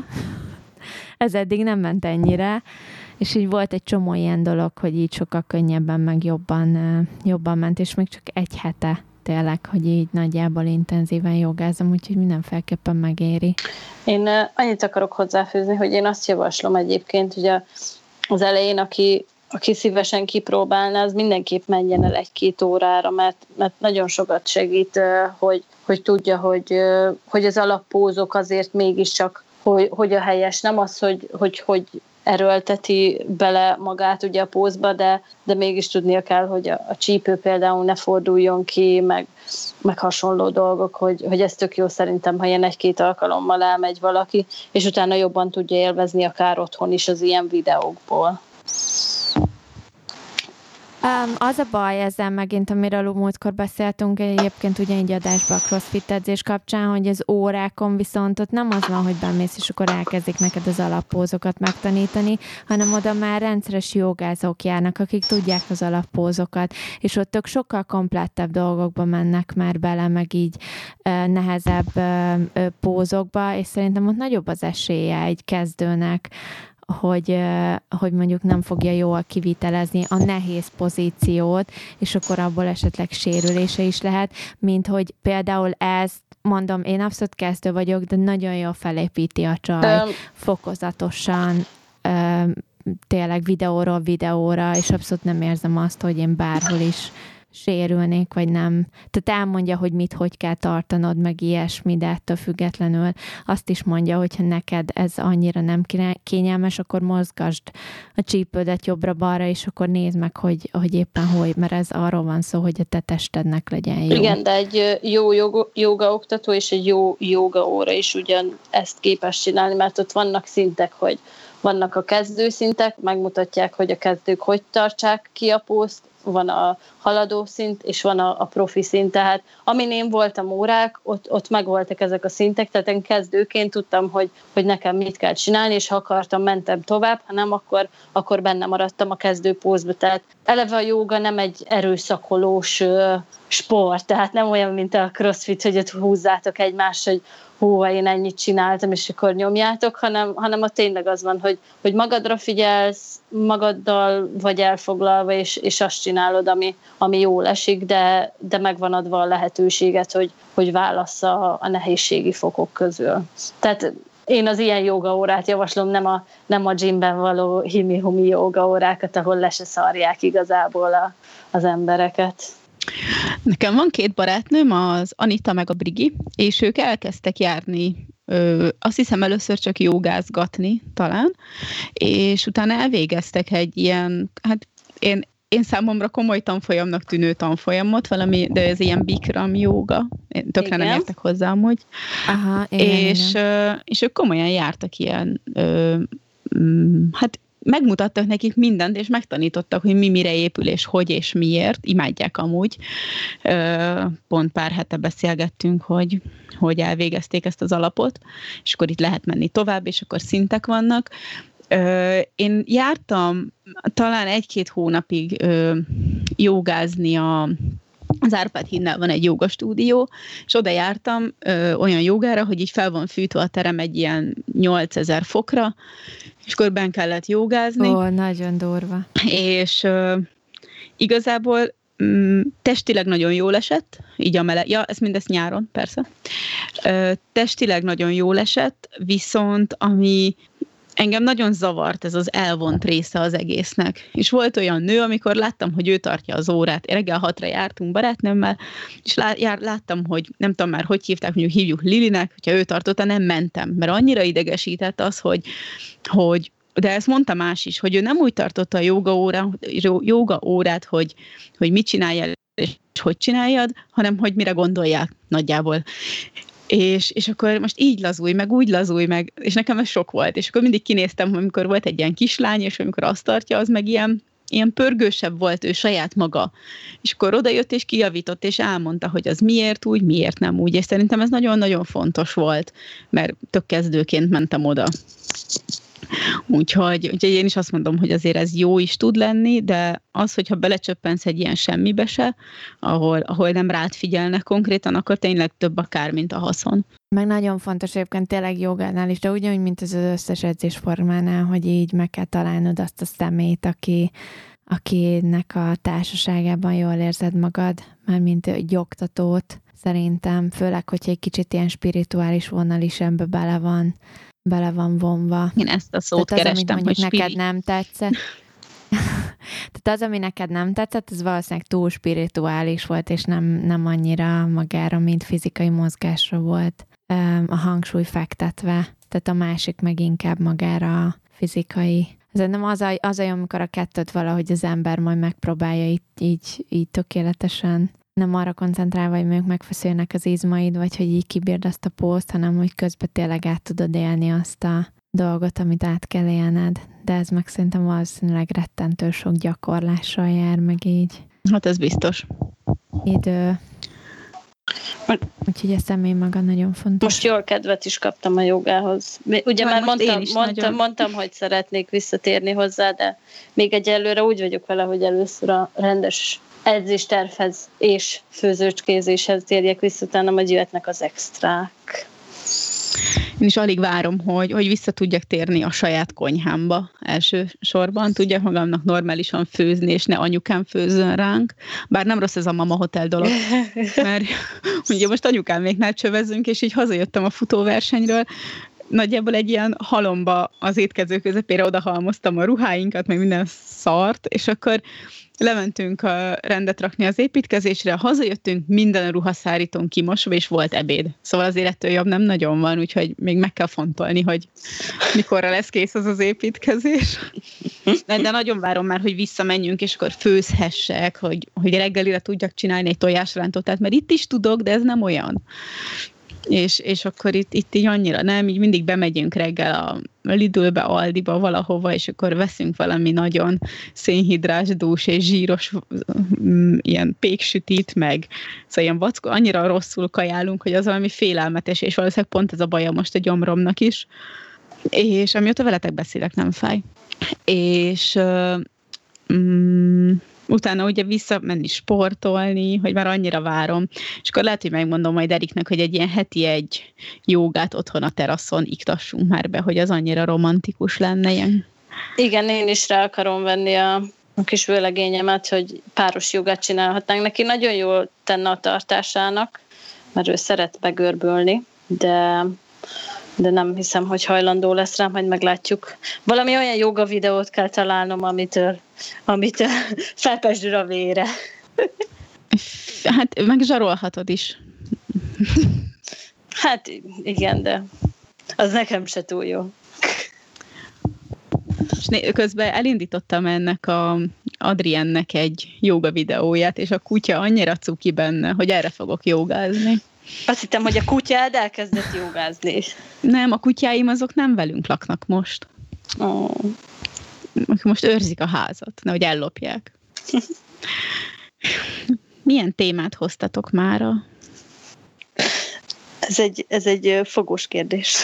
S1: ez eddig nem ment ennyire, és így volt egy csomó ilyen dolog, hogy így sokkal könnyebben, meg jobban, jobban ment, és még csak egy hete tényleg, hogy így nagyjából intenzíven jogázom, úgyhogy mindenféleképpen megéri.
S2: Én annyit akarok hozzáfűzni, hogy én azt javaslom egyébként, hogy az elején, aki aki szívesen kipróbálná, az mindenképp menjen el egy-két órára, mert, mert nagyon sokat segít, hogy, hogy tudja, hogy, hogy az alappózok azért mégiscsak, hogy, hogy a helyes, nem az, hogy, hogy, hogy erőlteti bele magát ugye a pózba, de, de mégis tudnia kell, hogy a, a csípő például ne forduljon ki, meg, meg hasonló dolgok, hogy, hogy ez tök jó szerintem, ha ilyen egy-két alkalommal elmegy valaki, és utána jobban tudja élvezni akár otthon is az ilyen videókból.
S1: Um, az a baj ezzel megint, amiről múltkor beszéltünk egyébként ugyanígy adásban a crossfit edzés kapcsán, hogy az órákon viszont ott nem az van, hogy bemész, és akkor elkezdik neked az alappózokat megtanítani, hanem oda már rendszeres jogázók járnak, akik tudják az alappózokat, és ott ők sokkal komplettebb dolgokba mennek már bele, meg így uh, nehezebb uh, uh, pózokba, és szerintem ott nagyobb az esélye egy kezdőnek, hogy, hogy mondjuk nem fogja jól kivitelezni a nehéz pozíciót, és akkor abból esetleg sérülése is lehet, mint hogy például ezt, mondom, én abszolút kezdő vagyok, de nagyon jól felépíti a csaj, um. fokozatosan, tényleg videóról videóra, és abszolút nem érzem azt, hogy én bárhol is sérülnék, vagy nem. Tehát elmondja, hogy mit, hogy kell tartanod, meg ilyesmi, de ettől függetlenül azt is mondja, hogyha neked ez annyira nem kényelmes, akkor mozgasd a csípődet jobbra-balra, és akkor nézd meg, hogy, hogy éppen hogy, mert ez arról van szó, hogy a te testednek legyen jó.
S2: Igen, de egy jó jogaoktató és egy jó jogaóra is ugyan ezt képes csinálni, mert ott vannak szintek, hogy vannak a kezdőszintek, megmutatják, hogy a kezdők hogy tartsák ki a pózt, van a haladó szint, és van a, a profi szint, tehát amin én voltam órák, ott, ott megvoltak ezek a szintek, tehát én kezdőként tudtam, hogy, hogy nekem mit kell csinálni, és ha akartam, mentem tovább, ha nem, akkor, akkor benne maradtam a kezdőpózba. Tehát eleve a jóga nem egy erőszakolós uh, sport, tehát nem olyan, mint a crossfit, hogy ott húzzátok egymást, hogy hú, én ennyit csináltam, és akkor nyomjátok, hanem, hanem ott tényleg az van, hogy, hogy magadra figyelsz, magaddal vagy elfoglalva, és, és azt csinálod, ami, ami jól esik, de, de megvan adva a lehetőséget, hogy, hogy válassz a, a nehézségi fokok közül. Tehát én az ilyen jogaórát javaslom, nem a, nem a gymben való himi-humi jogaórákat, ahol le se szarják igazából a, az embereket.
S3: Nekem van két barátnőm, az Anita meg a Brigi, és ők elkezdtek járni, ö, azt hiszem először csak jogázgatni talán, és utána elvégeztek egy ilyen, hát én, én számomra komoly tanfolyamnak tűnő tanfolyamot, valami, de ez ilyen Bikram jóga, én tökre nem értek hozzá amúgy.
S1: Aha, igen,
S3: és,
S1: igen.
S3: Ö, és ők komolyan jártak ilyen, ö, m, hát megmutattak nekik mindent, és megtanítottak, hogy mi mire épül, és hogy, és miért. Imádják amúgy. Pont pár hete beszélgettünk, hogy, hogy elvégezték ezt az alapot, és akkor itt lehet menni tovább, és akkor szintek vannak. Én jártam talán egy-két hónapig jogázni a az Árpád hídnál van egy jogastúdió, és oda jártam ö, olyan jogára, hogy így fel van fűtve a terem egy ilyen nyolcezer fokra, és akkor benn kellett jogázni.
S1: Ó, nagyon durva.
S3: És ö, igazából m, testileg nagyon jól esett, így a meleg, ja, ez mindezt nyáron, persze. Ö, testileg nagyon jól esett, viszont ami engem nagyon zavart ez az elvont része az egésznek. És volt olyan nő, amikor láttam, hogy ő tartja az órát. Reggel hatra jártunk barátnőmmel, és lá- jár, láttam, hogy nem tudom már, hogy hívták, mondjuk hívjuk Lilinek, hogyha ő tartotta, nem mentem. Mert annyira idegesített az, hogy, hogy de ezt mondta más is, hogy ő nem úgy tartotta a joga, órá, joga órát, hogy, hogy mit csináljál, és hogy csináljad, hanem hogy mire gondolják nagyjából. És, és akkor most így lazulj, meg úgy lazulj, meg, és nekem ez sok volt. És akkor mindig kinéztem, amikor volt egy ilyen kislány, és amikor azt tartja, az meg ilyen, ilyen pörgősebb volt ő saját maga. És akkor odajött, és kijavított, és elmondta, hogy az miért úgy, miért nem úgy. És szerintem ez nagyon-nagyon fontos volt, mert tök kezdőként mentem oda. Úgyhogy, úgyhogy én is azt mondom, hogy azért ez jó is tud lenni, de az, hogyha belecsöppensz egy ilyen semmibe se, ahol, ahol nem rád figyelnek konkrétan, akkor tényleg több a kár, mint a haszon.
S1: Meg nagyon fontos egyébként tényleg jogánál is, de ugyanúgy, mint az összes edzésformánál, hogy így meg kell találnod azt a személyt, aki, akinek a társaságában jól érzed magad, már mint egy oktatót, szerintem, főleg, hogyha egy kicsit ilyen spirituális vonal is ebbe bele van, bele van vonva.
S3: Én ezt a szót
S1: tehát
S3: kerestem,
S1: az, amit
S3: hogy
S1: neked
S3: spiri.
S1: nem tetszett. Tehát az, ami neked nem tetszett, az valószínűleg túl spirituális volt, és nem, nem annyira magára, mint fizikai mozgásra volt a hangsúly fektetve. Tehát a másik meg inkább magára a fizikai. Szerintem az a, az a jó, amikor a kettőt valahogy az ember majd megpróbálja így, így, így tökéletesen, nem arra koncentrálva, hogy mondjuk megfeszülnek az izmaid, vagy hogy így kibírd azt a pózt, hanem hogy közben tényleg át tudod élni azt a dolgot, amit át kell élned. De ez meg szerintem valószínűleg rettentő sok gyakorlással jár, meg így.
S3: Hát ez biztos.
S1: Idő. Úgyhogy a személy maga nagyon fontos.
S2: Most jól kedvet is kaptam a jogához. Ugye már mondtam, mondtam, mondtam, hogy szeretnék visszatérni hozzá, de még egyelőre úgy vagyok vele, hogy először a rendes edzéstervhez és főzőcskézéshez térjek vissza, utána majd jöhetnek az extrák.
S3: Én is alig várom, hogy, hogy vissza tudjak térni a saját konyhámba elsősorban. Tudjak magamnak normálisan főzni, és ne anyukám főzzön ránk. Bár nem rossz ez a mama hotel dolog, mert ugye most anyukáméknál csövezünk, és így hazajöttem a futóversenyről, nagyjából egy ilyen halomba az étkező közepére odahalmoztam a ruháinkat, meg minden szart, és akkor lementünk a rendet rakni az építkezésre, hazajöttünk, minden a ruhaszárítón kimosva, és volt ebéd. Szóval azért ettől jobb nem nagyon van, úgyhogy még meg kell fontolni, hogy mikorra lesz kész az az építkezés. De, de nagyon várom már, hogy visszamenjünk, és akkor főzhessek, hogy, hogy reggelire tudjak csinálni egy tojásrántótát, mert itt is tudok, de ez nem olyan. És, és akkor itt, itt így annyira nem, így mindig bemegyünk reggel a Lidlbe, Aldiba, valahova, és akkor veszünk valami nagyon szénhidrás, dús és zsíros mm, ilyen péksütit, meg szóval ilyen vackó, annyira rosszul kajálunk, hogy az valami félelmetes, és valószínűleg pont ez a baja most a gyomromnak is. És amióta veletek beszélek, nem fáj. És mm, utána ugye visszamenni sportolni, hogy már annyira várom, és akkor lehet, hogy megmondom majd Eriknek, hogy egy ilyen heti egy jogát otthon a teraszon iktassunk már be, hogy az annyira romantikus lenne ilyen.
S2: Igen, én is rá akarom venni a, a kis vőlegényemet, hogy páros jogát csinálhatnánk. Neki nagyon jól tenne a tartásának, mert ő szeret begörbölni, de... de nem hiszem, hogy hajlandó lesz rá, majd meglátjuk. Valami olyan joga videót kell találnom, amitől, amitől felpesdül a vére.
S3: Hát megzsarolhatod is.
S2: Hát igen, de az nekem se túl jó.
S3: És közben elindítottam ennek a Adriennek egy joga videóját, és a kutya annyira cuki benne, hogy erre fogok jogázni.
S2: Azt hittem, hogy a kutyád elkezdett jogázni.
S3: Nem, a kutyáim azok nem velünk laknak most.
S2: Oh.
S3: Most őrzik a házat, nehogy ellopják. Milyen témát hoztatok mára?
S2: Ez egy, ez egy fogós kérdés.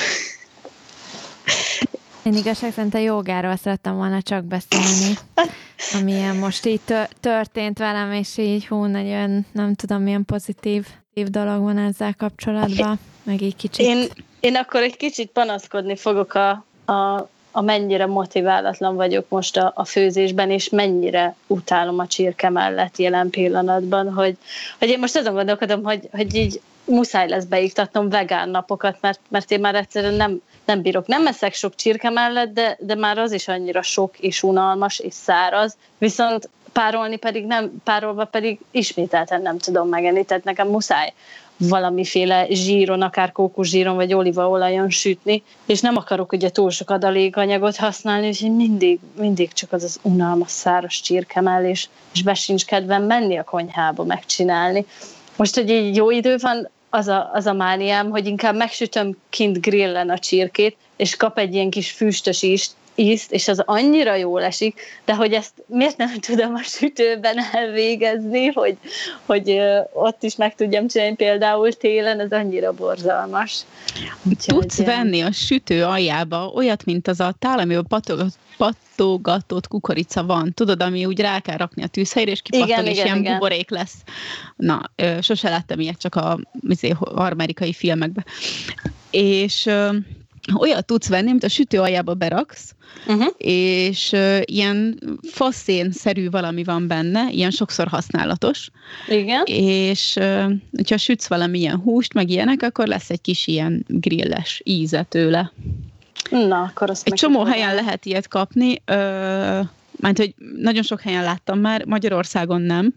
S1: Én igazság szerint a jogáról szerettem volna csak beszélni, amilyen most így történt velem, és így hú, nagyon nem tudom, milyen pozitív dolog van ezzel kapcsolatban, meg így kicsit.
S2: Én, én akkor egy kicsit panaszkodni fogok a, a, a mennyire motiválatlan vagyok most a, a főzésben, és mennyire utálom a csirke mellett jelen pillanatban, hogy, hogy én most azon gondolkodom, hogy, hogy így muszáj lesz beiktatnom vegán napokat, mert, mert én már egyszerűen nem, nem bírok. Nem eszek sok csirke mellett, de, de már az is annyira sok és unalmas és száraz, viszont párolni pedig nem, párolva pedig ismételten nem tudom megenni, tehát nekem muszáj valamiféle zsíron, akár kókuszsíron vagy olívaolajon sütni, és nem akarok ugye túl sok adalékanyagot használni, úgyhogy mindig, mindig csak az az unalmas száraz csirkemell, és, és be sincs kedvem menni a konyhába megcsinálni. Most, hogy így jó idő van, az a, az a mániám, hogy inkább megsütöm kint grillen a csirkét, és kap egy ilyen kis füstös ízt, ízt, és az annyira jól esik, de hogy ezt miért nem tudom a sütőben elvégezni, hogy, hogy ott is meg tudjam csinálni például télen, ez annyira borzalmas.
S3: Úgyhogy tudsz ilyen... venni a sütő aljába olyat, mint az a tál, amiben patogat, patogatott kukorica van, tudod, ami úgy rá kell rakni a tűzhelyre, és kipattog, igen, és igen, ilyen igen. buborék lesz. Na, sose láttam ilyet, csak a izé, amerikai filmekben. És... olyat tudsz venni, mint a sütő aljába beraksz, uh-huh. és uh, ilyen faszén-szerű valami van benne, ilyen sokszor használatos.
S2: Igen.
S3: És uh, ha sütsz valamilyen húst, meg ilyenek, akkor lesz egy kis ilyen grilles íze tőle.
S2: Na, akkor azt
S3: egy csomó helyen lehet ilyet kapni. Uh, mert hogy nagyon sok helyen láttam már, Magyarországon nem,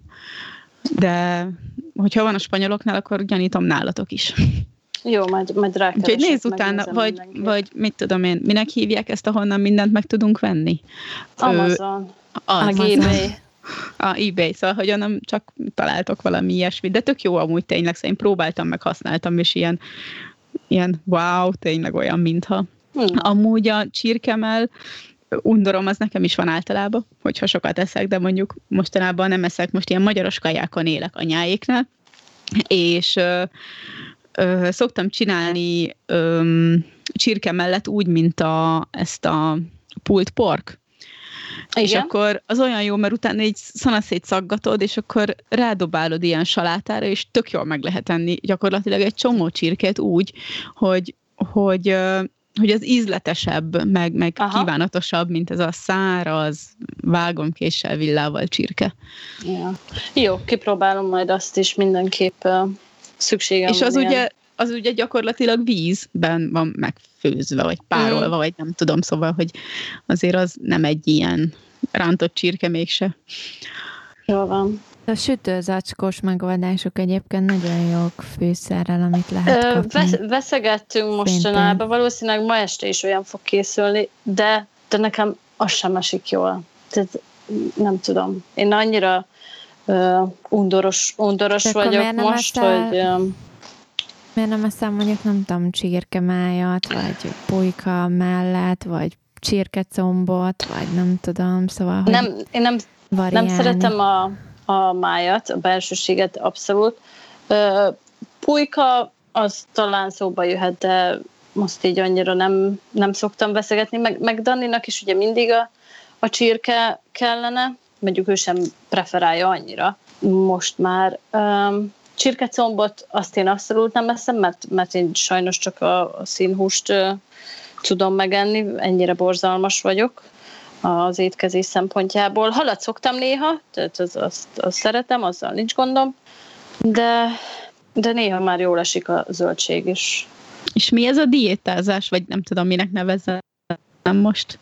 S3: de hogyha van a spanyoloknál, akkor gyanítom nálatok is.
S2: Jó, majd, majd rákeresek.
S3: Úgyhogy nézz utána, vagy, vagy mit tudom én, minek hívják ezt, ahonnan mindent meg tudunk venni?
S2: Amazon.
S3: Az,
S2: a eBay.
S3: A eBay, szóval, hogy nem csak találtok valami ilyesmit, de tök jó amúgy tényleg, szóval én próbáltam, meg használtam, és ilyen, ilyen wow, tényleg olyan, mintha. Hmm. Amúgy a csirkemell undorom, az nekem is van általában, hogyha sokat eszek, de mondjuk mostanában nem eszek, most ilyen magyaros kajákon élek anyáéknál, és ö, ö, szoktam csinálni ö, csirke mellett úgy, mint a, ezt a pulled pork. Igen. És akkor az olyan jó, mert utána így szanaszét szaggatod, és akkor rádobálod ilyen salátára, és tök jól meg lehet enni gyakorlatilag egy csomó csirkét úgy, hogy, hogy, hogy az ízletesebb, meg, meg kívánatosabb, mint ez a száraz, vágomkéssel villával csirke.
S2: Ja. Jó, kipróbálom majd azt is, mindenképp szükségem
S3: és
S2: van.
S3: És az ugye, az ugye gyakorlatilag vízben van megfőzve, vagy párolva, mm. vagy nem tudom, szóval, hogy azért az nem egy ilyen rántott csirke mégse.
S2: Jó van.
S1: A sütőzacskós megoldások egyébként nagyon jók fűszerrel, amit lehet kapni.
S2: Vesz, veszegettünk mostanában, valószínűleg ma este is olyan fog készülni, de, de nekem az sem esik jól. Tehát nem tudom. Én annyira uh, undoros, undoros vagyok most, eszel, hogy... Um,
S1: miért nem eszel mondjuk, nem tudom, csirkemájat, vagy pulyka mellett, vagy csirkecombot, vagy nem tudom, szóval, hogy
S2: nem, én nem, nem szeretem a a májat, a belsőséget abszolút. Uh, pulyka, az talán szóba jöhet, de most így annyira nem, nem szoktam veszegetni, meg, meg Daninak is ugye mindig a, a csirke kellene, mondjuk ő sem preferálja annyira. Most már um, csirkecombot azt én abszolút nem eszem, mert, mert én sajnos csak a, a színhúst uh, tudom megenni, ennyire borzalmas vagyok az étkezés szempontjából. Halat szoktam néha, tehát az, azt, azt szeretem, azzal nincs gondom, de, de néha már jól esik a zöldség is.
S3: És mi ez a diétázás, vagy nem tudom, minek nevezzem most?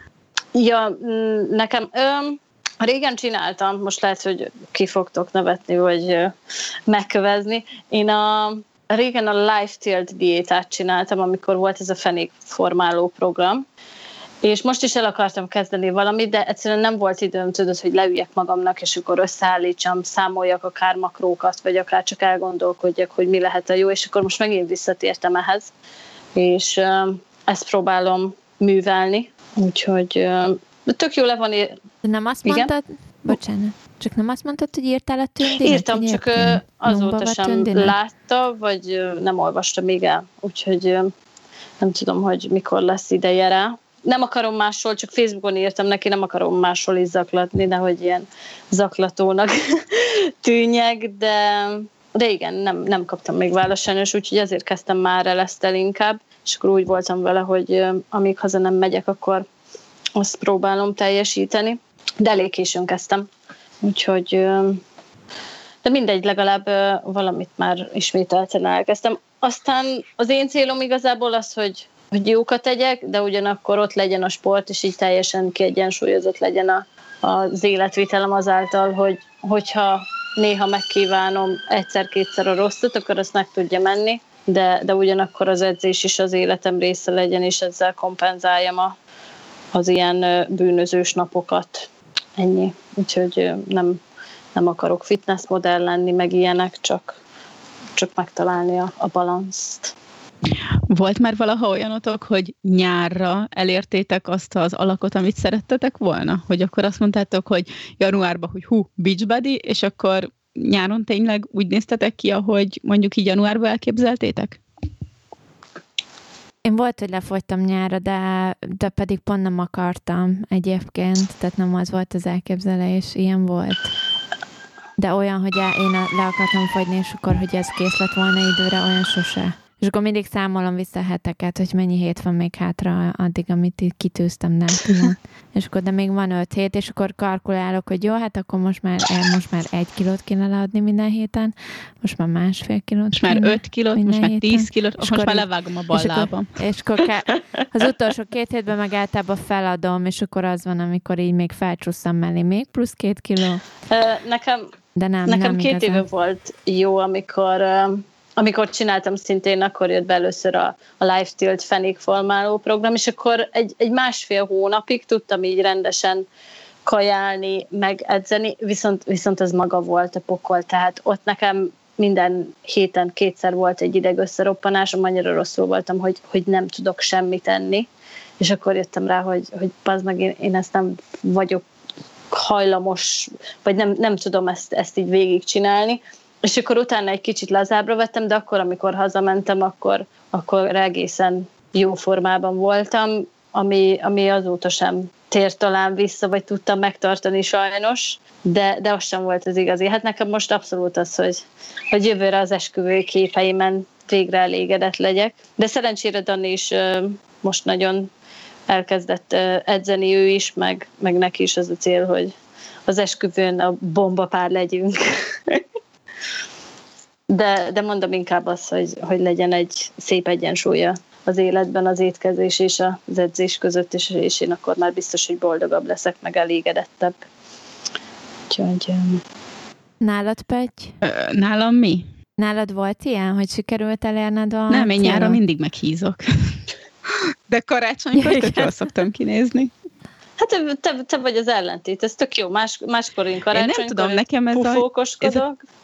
S2: Ja, nekem öm, régen csináltam, most lehet, hogy ki fogtok nevetni, vagy megkövezni. Én a régen a Life-Tilled diétát csináltam, amikor volt ez a fenékformáló program, és most is el akartam kezdeni valamit, de egyszerűen nem volt időm, tudod, hogy leüljek magamnak, és akkor összeállítsam, számoljak akár makrókat, vagy akár csak elgondolkodjak, hogy mi lehet a jó, és akkor most megint visszatértem ehhez, és uh, ezt próbálom művelni, úgyhogy uh, tök jó le van ér...
S1: Nem azt igen? mondtad, bocsánat, csak nem azt mondtad, hogy írtál a tündének?
S2: Írtam, csak uh, azóta sem tündének? Látta, vagy uh, nem olvasta még el, úgyhogy uh, nem tudom, hogy mikor lesz ideje rá. Nem akarom máshol, csak Facebookon írtam neki, nem akarom máshol is zaklatni, nehogy ilyen zaklatónak tűnjek, de, de igen, nem, nem kaptam még választ sajnos, úgyhogy azért kezdtem már el ezt el inkább, és akkor úgy voltam vele, hogy amíg haza nem megyek, akkor azt próbálom teljesíteni, de elég későn kezdtem, úgyhogy de mindegy, legalább valamit már ismételten elkezdtem. Aztán az én célom igazából az, hogy hogy jókat tegyek, de ugyanakkor ott legyen a sport, és így teljesen kiegyensúlyozott legyen a, az életvitelem azáltal, hogy, hogyha néha megkívánom egyszer-kétszer a rosszat, akkor azt meg tudja menni, de, de ugyanakkor az edzés is az életem része legyen, és ezzel kompenzáljam a, az ilyen bűnözős napokat. Ennyi. Úgyhogy nem, nem akarok fitnessmodell lenni, meg ilyenek, csak, csak megtalálni a, a balanszt.
S3: Volt már valaha olyanotok, hogy nyárra elértétek azt az alakot, amit szerettetek volna? Hogy akkor azt mondtátok, hogy januárban, hogy hú, beachbody, és akkor nyáron tényleg úgy néztetek ki, ahogy mondjuk így januárban elképzeltétek?
S1: Én volt, hogy lefogytam nyárra, de, de pedig pont nem akartam egyébként, tehát nem az volt az elképzelés, ilyen volt. De olyan, hogy én le akartam fogyni, és akkor, hogy ez kész lett volna időre, olyan sose. És akkor mindig számolom vissza a heteket, hogy mennyi hét van még hátra addig, amit itt kitűztem nátiban. És akkor de még van öt hét, és akkor kalkulálok, hogy jó, hát akkor most már, most már egy kilót kéne leadni minden héten, most már másfél kilót.
S3: Most már öt kilót, most már tíz kilót, most már levágom a bal lábam.
S1: És akkor, és akkor az utolsó két hétben meg általában feladom, és akkor az van, amikor így még felcsúsztam mellé még plusz két kiló.
S2: Nekem,
S1: de nem,
S2: nekem
S1: nem
S2: két
S1: igazán.
S2: éve volt jó, amikor... Amikor csináltam szintén, akkor jött be először a, a Live Tilt fenékformáló program, és akkor egy, egy másfél hónapig tudtam így rendesen kajálni, meg edzeni, viszont, viszont ez maga volt a pokol, tehát ott nekem minden héten kétszer volt egy idegösszeroppanásom, annyira rosszul voltam, hogy, hogy nem tudok semmit enni, és akkor jöttem rá, hogy, hogy pazd meg, én, én ezt nem vagyok hajlamos, vagy nem, nem tudom ezt, ezt így végigcsinálni. És akkor utána egy kicsit lazábbra vettem, de akkor, amikor hazamentem, akkor, akkor egészen jó formában voltam, ami, ami azóta sem tért talán vissza, vagy tudtam megtartani sajnos, de, de az sem volt az igazi. Hát nekem most abszolút az, hogy, hogy jövőre az esküvői képeimen végre elégedett legyek. De szerencsére Dani is most nagyon elkezdett edzeni ő is, meg, meg neki is az a cél, hogy az esküvőn a bombapár legyünk. De, de mondom inkább az, hogy, hogy legyen egy szép egyensúlya az életben az étkezés és az edzés között, és, és én akkor már biztos, hogy boldogabb leszek, meg elégedettebb. Úgyhogy...
S1: Nálad, Petty?
S3: Nálam mi?
S1: Nálad volt ilyen, hogy sikerült elérned a
S3: Nem, én nyáron mindig meghízok. De karácsonykor tök jól szoktam kinézni.
S2: Hát te, te, te vagy az ellentét, ez tök jó. Más, máskor én karácsonykor
S3: én nem tudom, nekem ez
S2: pufókoskodok.
S3: A...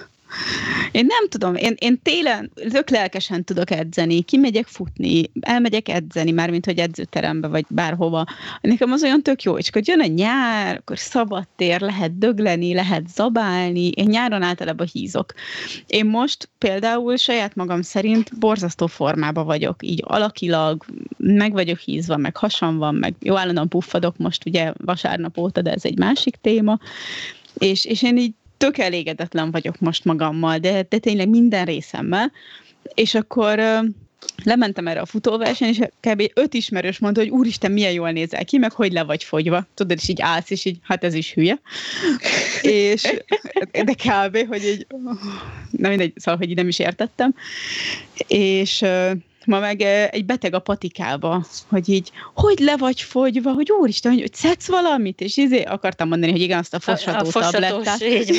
S3: Én nem tudom, én, én télen tök lelkesen tudok edzeni, kimegyek futni, elmegyek edzeni, mármint hogy edzőterembe, vagy bárhova. Nekem az olyan tök jó, és akkor jön a nyár, akkor szabad tér, lehet dögleni, lehet zabálni, én nyáron általában hízok. Én most például saját magam szerint borzasztó formában vagyok, így alakilag, meg vagyok hízva, meg hasam van, meg jó állandóan puffadok most ugye vasárnap óta, de ez egy másik téma, és, és én így tök elégedetlen vagyok most magammal, de, de tényleg minden részemmel, és akkor uh, lementem erre a futóversen, és kb. öt ismerős mondta, hogy úristen, milyen jól nézel ki, meg hogy le vagy fogyva. Tudod, és így állsz, és így, hát ez is hülye. és, de kb. Hogy így, na mindegy, szóval, hogy így nem is értettem. És... Uh, ma meg egy beteg a patikába, hogy így, hogy le vagy fogyva, hogy úristen, hogy, hogy szedsz valamit, és izé akartam mondani, hogy igen, azt a fosató tablettát.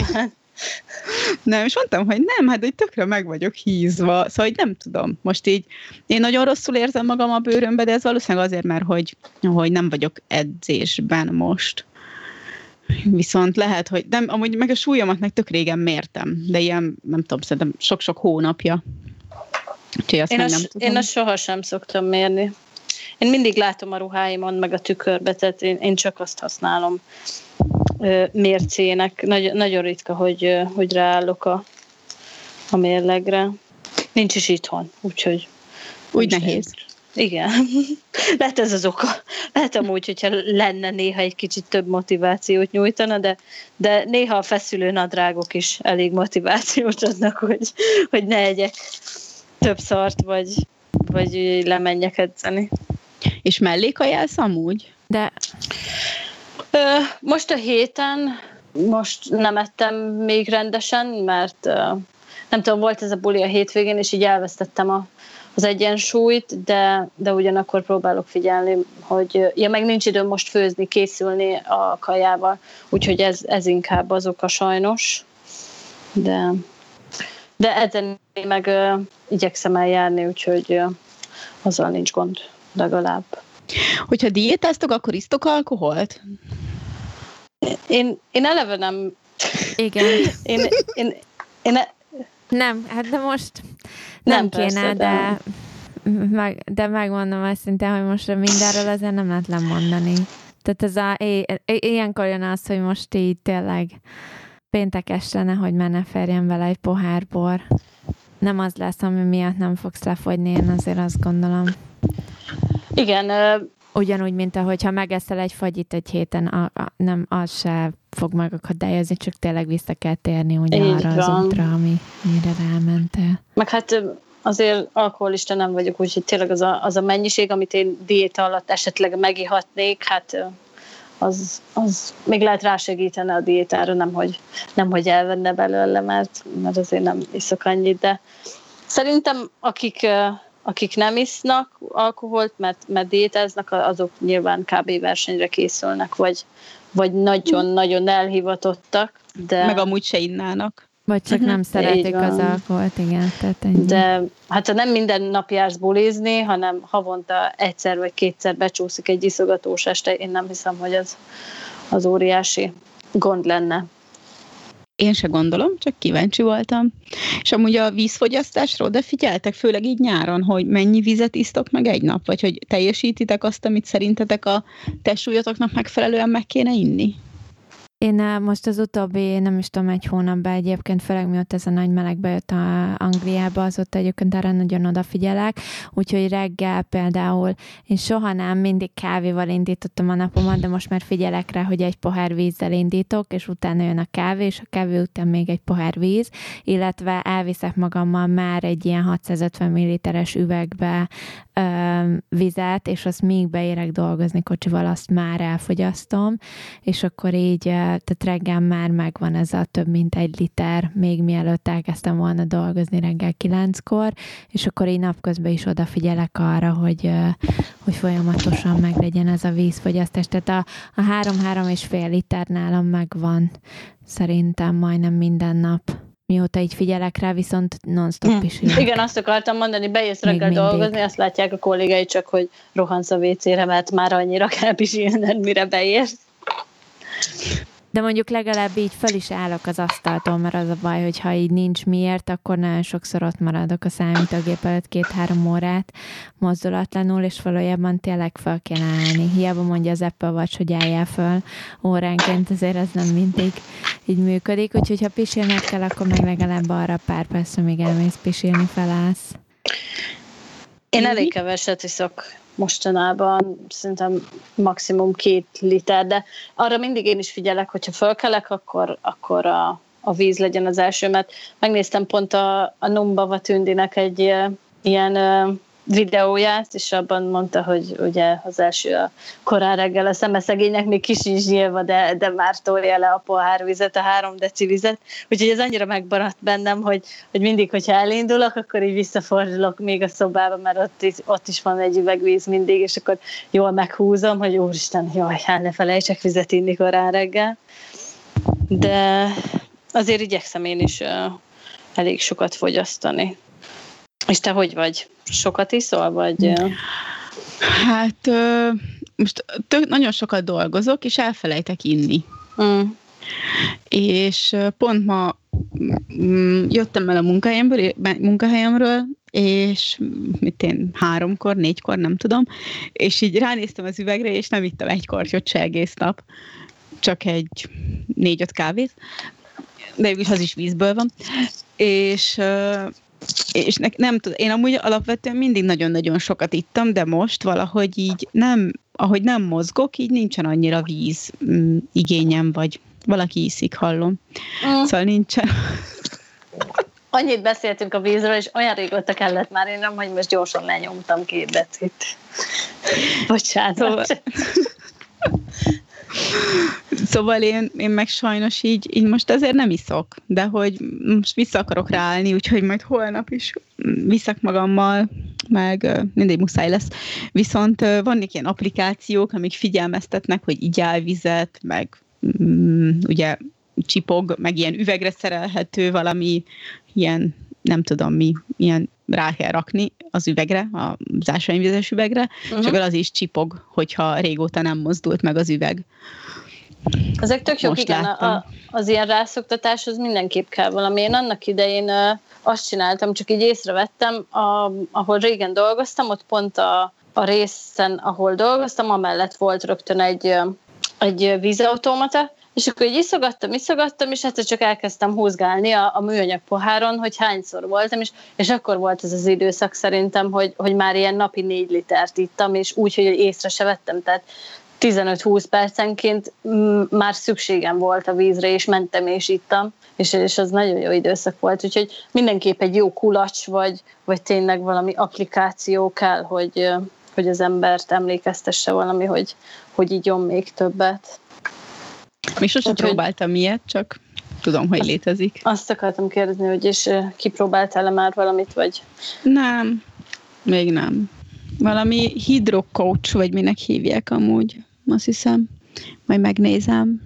S3: Nem, és mondtam, hogy nem, hát hogy tökre meg vagyok hízva, szóval hogy nem tudom. Most így, én nagyon rosszul érzem magam a bőrömbe, de ez valószínűleg azért, mert hogy, hogy nem vagyok edzésben most. Viszont lehet, hogy nem, amúgy meg a súlyomat meg tök régen mértem, de ilyen, nem tudom, szerintem sok-sok hónapja.
S2: Én azt, én azt sohasem szoktam mérni. Én mindig látom a ruháimon, meg a tükörbe, tehát én, én csak azt használom ö, mércének. Nagy, nagyon ritka, hogy, ö, hogy ráállok a, a mérlegre. Nincs is itthon, úgyhogy...
S3: Úgy nehéz.
S2: Én. Igen. Lehet ez az oka. Lehet amúgy, hogyha lenne néha egy kicsit több motivációt nyújtana, de, de néha a feszülő nadrágok is elég motivációt adnak, hogy, hogy ne egyek több szart, vagy, vagy lemenjek edzeni. És mellé kajálsz amúgy?
S1: De...
S2: Ö, most a héten, most nem ettem még rendesen, mert ö, nem tudom, volt ez a buli a hétvégén, és így elvesztettem a, az egyensúlyt, de, de ugyanakkor próbálok figyelni, hogy ja, meg nincs időm most főzni, készülni a kajával, úgyhogy ez, ez inkább az oka sajnos. De... De edzeni meg uh, igyekszem eljárni, úgyhogy uh, azzal nincs gond, legalább.
S3: Hogyha diétáztok, akkor isztok alkoholt?
S2: Én, én eleve nem...
S1: Igen.
S2: én, én, én e...
S1: Nem, hát de most nem, nem kéne, persze, de, de, meg, de megmondom őszintén, hogy most mindenről azért nem lehet lemondani. Tehát ez a, ilyenkor jön az, hogy most így tényleg péntek este nehogy már ne ferjen vele egy pohár bor. Nem az lesz, ami miatt nem fogsz lefogyni, én azért azt gondolom.
S2: Igen. Uh...
S1: Ugyanúgy, mint ahogyha megeszel egy fagyit egy héten, a, a, nem, az se fog megakadályozni, csak tényleg vissza kell térni ugye arra van. Az útra, ami, amire rámentél.
S2: Meg hát azért alkoholista nem vagyok, úgyhogy tényleg az a, az a mennyiség, amit én diéta alatt esetleg megihatnék, hát az, az még lehet rásegíteni a diétára, nem hogy, nem, hogy elvenne belőle, mert, mert azért nem iszok annyit, de szerintem akik, akik nem isznak alkoholt, mert, mert diétáznak, azok nyilván kb. Versenyre készülnek, vagy, vagy nagyon-nagyon elhivatottak. De...
S3: Meg amúgy se innának.
S1: Vagy csak nem szeretik az alkoholt, igen. Tehát
S2: de hát ha nem minden nap jársz bulizni, hanem havonta egyszer vagy kétszer becsúszik egy iszogatós este, én nem hiszem, hogy ez az óriási gond lenne.
S3: Én se gondolom, csak kíváncsi voltam. És amúgy a vízfogyasztásról, de figyeltek, főleg így nyáron, hogy mennyi vizet isztok meg egy nap, vagy hogy teljesítitek azt, amit szerintetek a testsúlyotoknak megfelelően meg kéne inni?
S1: Én most az utóbbi, nem is tudom, egy hónapban egyébként, főleg mióta ez a nagy meleg bejött a Angliába, azóta egyébként erre nagyon odafigyelek, úgyhogy reggel például én soha nem, mindig kávéval indítottam a napomat, de most már figyelek rá, hogy egy pohár vízzel indítok, és utána jön a kávé, és a kávé után még egy pohár víz, illetve elviszek magammal már egy ilyen hatszázötven milliliteres üvegbe ö, vizet, és azt még beérek dolgozni kocsival, azt már elfogyasztom, és akkor így tehát reggel már megvan ez a több mint egy liter, még mielőtt elkezdtem volna dolgozni reggel kilenckor, és akkor így napközben is odafigyelek arra, hogy, hogy folyamatosan meglegyen ez a vízfogyasztás. Tehát a, a három-három és fél liter nálam megvan szerintem majdnem minden nap. Mióta így figyelek rá, viszont non-stop hm. is ilyen.
S2: Igen, azt akartam mondani, bejössz reggel dolgozni, azt látják a kollégái csak, hogy rohansz a vécére, mert már annyira kell pisilned, mire beérsz.
S1: De mondjuk legalább így fel is állok az asztaltól, mert az a baj, hogy ha így nincs miért, akkor nagyon sokszor ott maradok a számítógép előtt két-három órát mozdulatlanul, és valójában tényleg fel kéne állni. Hiába mondja az Apple Watch, hogy álljál föl óránként, azért ez nem mindig így működik, úgyhogy ha pisilned kell, akkor meg legalább arra pár percre még elmész pisilni, felállsz.
S2: Én elég keveset iszok mostanában, szerintem maximum két liter, de arra mindig én is figyelek, hogyha fölkelek, akkor, akkor a, a víz legyen az első, mert megnéztem pont a, a Numbava Tündinek egy uh, ilyen uh, videóját, és abban mondta, hogy ugye az első a korán reggel a szemeszegénynek még kis is nyilva, de, de már tolja le a pohár vizet, a három deci vizet, úgyhogy ez annyira megmaradt bennem, hogy, hogy mindig, hogyha elindulok, akkor így visszafordulok még a szobába, mert ott is, ott is van egy üvegvíz mindig, és akkor jól meghúzom, hogy úristen, jaj, hát ne felejtsek vizet inni korán reggel. De azért igyekszem én is uh, elég sokat fogyasztani. És te hogy vagy? Sokat iszol, vagy?
S3: Hát most tök, nagyon sokat dolgozok, és elfelejtek inni. Mm. És pont ma jöttem el a munkahelyemből, munkahelyemről, és mit én, háromkor, négykor, nem tudom, és így ránéztem az üvegre, és nem ittam egy kortyot se egész nap, csak egy négy-öt kávét, de is az is vízből van, és és ne, nem tudom, én amúgy alapvetően mindig nagyon-nagyon sokat ittam, de most valahogy így nem, ahogy nem mozgok, így nincsen annyira víz mm, igényem, vagy valaki iszik, hallom. Mm. Szóval nincsen.
S2: Annyit beszéltünk a vízről, és olyan régóta kellett már, én nem, hogy most gyorsan lenyomtam két decit. Bocsánat.
S3: Szóval, szóval én, én meg sajnos így, így most ezért nem iszok, de hogy most vissza akarok ráállni, úgyhogy majd holnap is viszek magammal, meg mindegy muszáj lesz. Viszont vannak ilyen applikációk, amik figyelmeztetnek, hogy igyál vizet, meg mm, ugye csipog, meg ilyen üvegre szerelhető valami, ilyen nem tudom mi, ilyen rá kell rakni az üvegre, az ásványvizes üvegre, uh-huh. és akkor az is csipog, hogyha régóta nem mozdult meg az üveg.
S2: Ezek tök jók, igen, a, az ilyen rászoktatás, az mindenképp kell valami. Én annak idején uh, azt csináltam, csak így észrevettem, a, ahol régen dolgoztam, ott pont a, a részen, ahol dolgoztam, amellett volt rögtön egy, egy vízautomata, és akkor így iszogattam, iszogattam, és egyszer csak elkezdtem húzgálni a, a műanyag poháron, hogy hányszor voltam, és, és akkor volt ez az időszak szerintem, hogy, hogy már ilyen napi négy litert ittam, és úgy, hogy észre se vettem, tehát tizenöt-húsz percenként már szükségem volt a vízre, és mentem és ittam, és, és az nagyon jó időszak volt, úgyhogy mindenképp egy jó kulacs, vagy, vagy tényleg valami applikáció kell, hogy, hogy az embert emlékeztesse valami, hogy, hogy igyon még többet.
S3: Még sosem úgy, próbáltam ilyet, csak tudom, hogy létezik.
S2: Azt akartam kérdezni, hogy és kipróbáltál-e már valamit, vagy?
S3: Nem, még nem. Valami hidrocoach, vagy minek hívják amúgy, azt hiszem. Majd megnézem.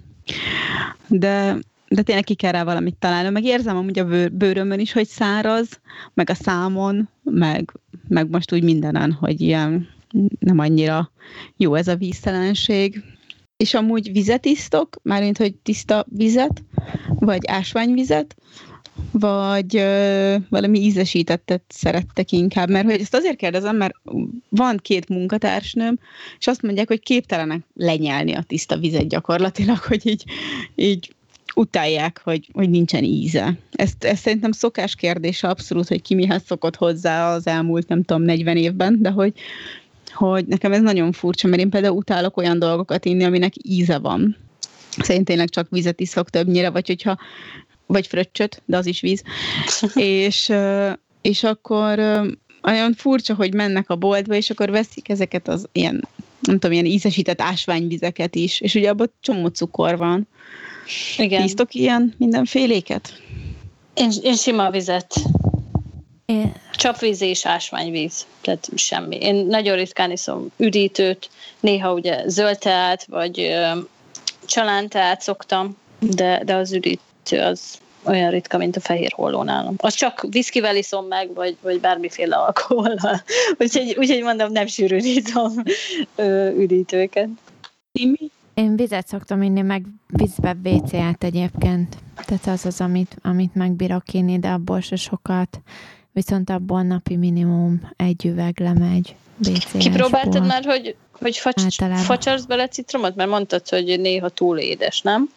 S3: De, de tényleg ki kell rá valamit találni. Meg érzem amúgy a bőr, bőrömön is, hogy száraz, meg a számon, meg, meg most úgy mindenen, hogy ilyen nem annyira jó ez a víztelenség. És amúgy vizet isztok, mármint, hogy tiszta vizet, vagy ásványvizet, vagy ö, valami ízesítettet szerettek inkább, mert hogy ezt azért kérdezem, mert van két munkatársnőm, és azt mondják, hogy képtelenek lenyelni a tiszta vizet gyakorlatilag, hogy így, így utálják, hogy, hogy nincsen íze. Ezt, ezt szerintem szokás kérdése abszolút, hogy ki mihez szokott hozzá az elmúlt, nem tudom, negyven évben, de hogy hogy nekem ez nagyon furcsa, mert én például utálok olyan dolgokat inni, aminek íze van. Szerintem tényleg csak vizet iszok többnyire, vagy hogyha, vagy fröccsöt, de az is víz. és, és akkor olyan furcsa, hogy mennek a boltba, és akkor veszik ezeket az ilyen, nem tudom, ilyen ízesített ásványvizeket is, és ugye abban csomó cukor van.
S2: Igen.
S3: Isztok ilyen mindenféléket?
S2: Én, én sima vizet.
S1: Én...
S2: Csapvíz és ásványvíz, tehát semmi. Én nagyon ritkán iszom üdítőt, néha ugye zöld teát, vagy ö, csalánteát szoktam, de, de az üdítő az olyan ritka, mint a fehér holló nálam. Az csak viszkivel iszom meg, vagy, vagy bármiféle alkohollal. Úgyhogy, úgyhogy mondom, nem sűrűn iszom ö, üdítőket.
S1: Én vizet szoktam inni, meg vízbe vé cé-t egyébként. Tehát az az, amit, amit megbírok inni, de abból se sokat. Viszont abból napi minimum egy üveg lemegy bé cé-esból.
S2: Kipróbáltad már, hogy, hogy facs, facsarsz bele citromot? Mert mondtad, hogy néha túl édes, nem?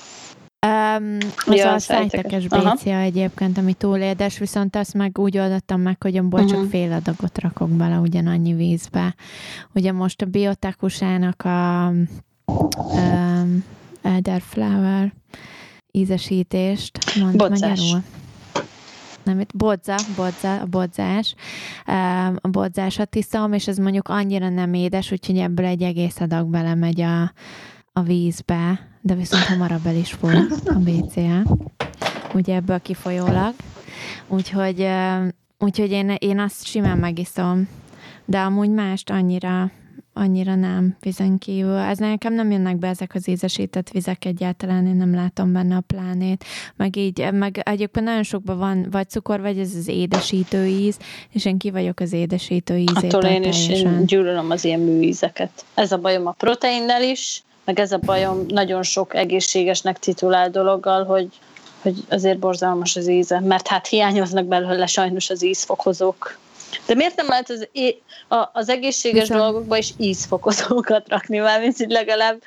S1: Um, az ja, a szájtekes bé cé egyébként, ami túl édes, viszont azt meg úgy oldottam meg, hogy abból uh-huh. csak fél adagot rakok bele ugyanannyi vízbe. Ugye most a Biotecusának a um, elderflower ízesítést mondd magyarul. Nem, itt bodza, bodza, a bodzás. A bodzásat iszom, és ez mondjuk annyira nem édes, úgyhogy ebből egy egész adag belemegy a, a vízbe, de viszont hamarabb el is fogy a bé cé. Ugye ebből kifolyólag. Úgyhogy, úgyhogy én, én azt simán megiszom, de amúgy mást annyira annyira nem vizen kívül. Ez nekem nem jönnek be ezek az ízesített vizek egyáltalán, én nem látom benne a plánét. Meg így, meg egyébként nagyon sokban van vagy cukor, vagy ez az édesítő íz, és én ki vagyok az édesítő ízétől.
S2: Attól én is én gyűlölöm az ilyen műízeket. Ez a bajom a proteinnel is, meg ez a bajom nagyon sok egészségesnek titulált dologgal, hogy, hogy azért borzalmas az íze, mert hát hiányoznak belőle sajnos az ízfokozók. De miért nem lehet az, az egészséges Viszont... dolgokba is ízfokozókat rakni, mármint így legalább,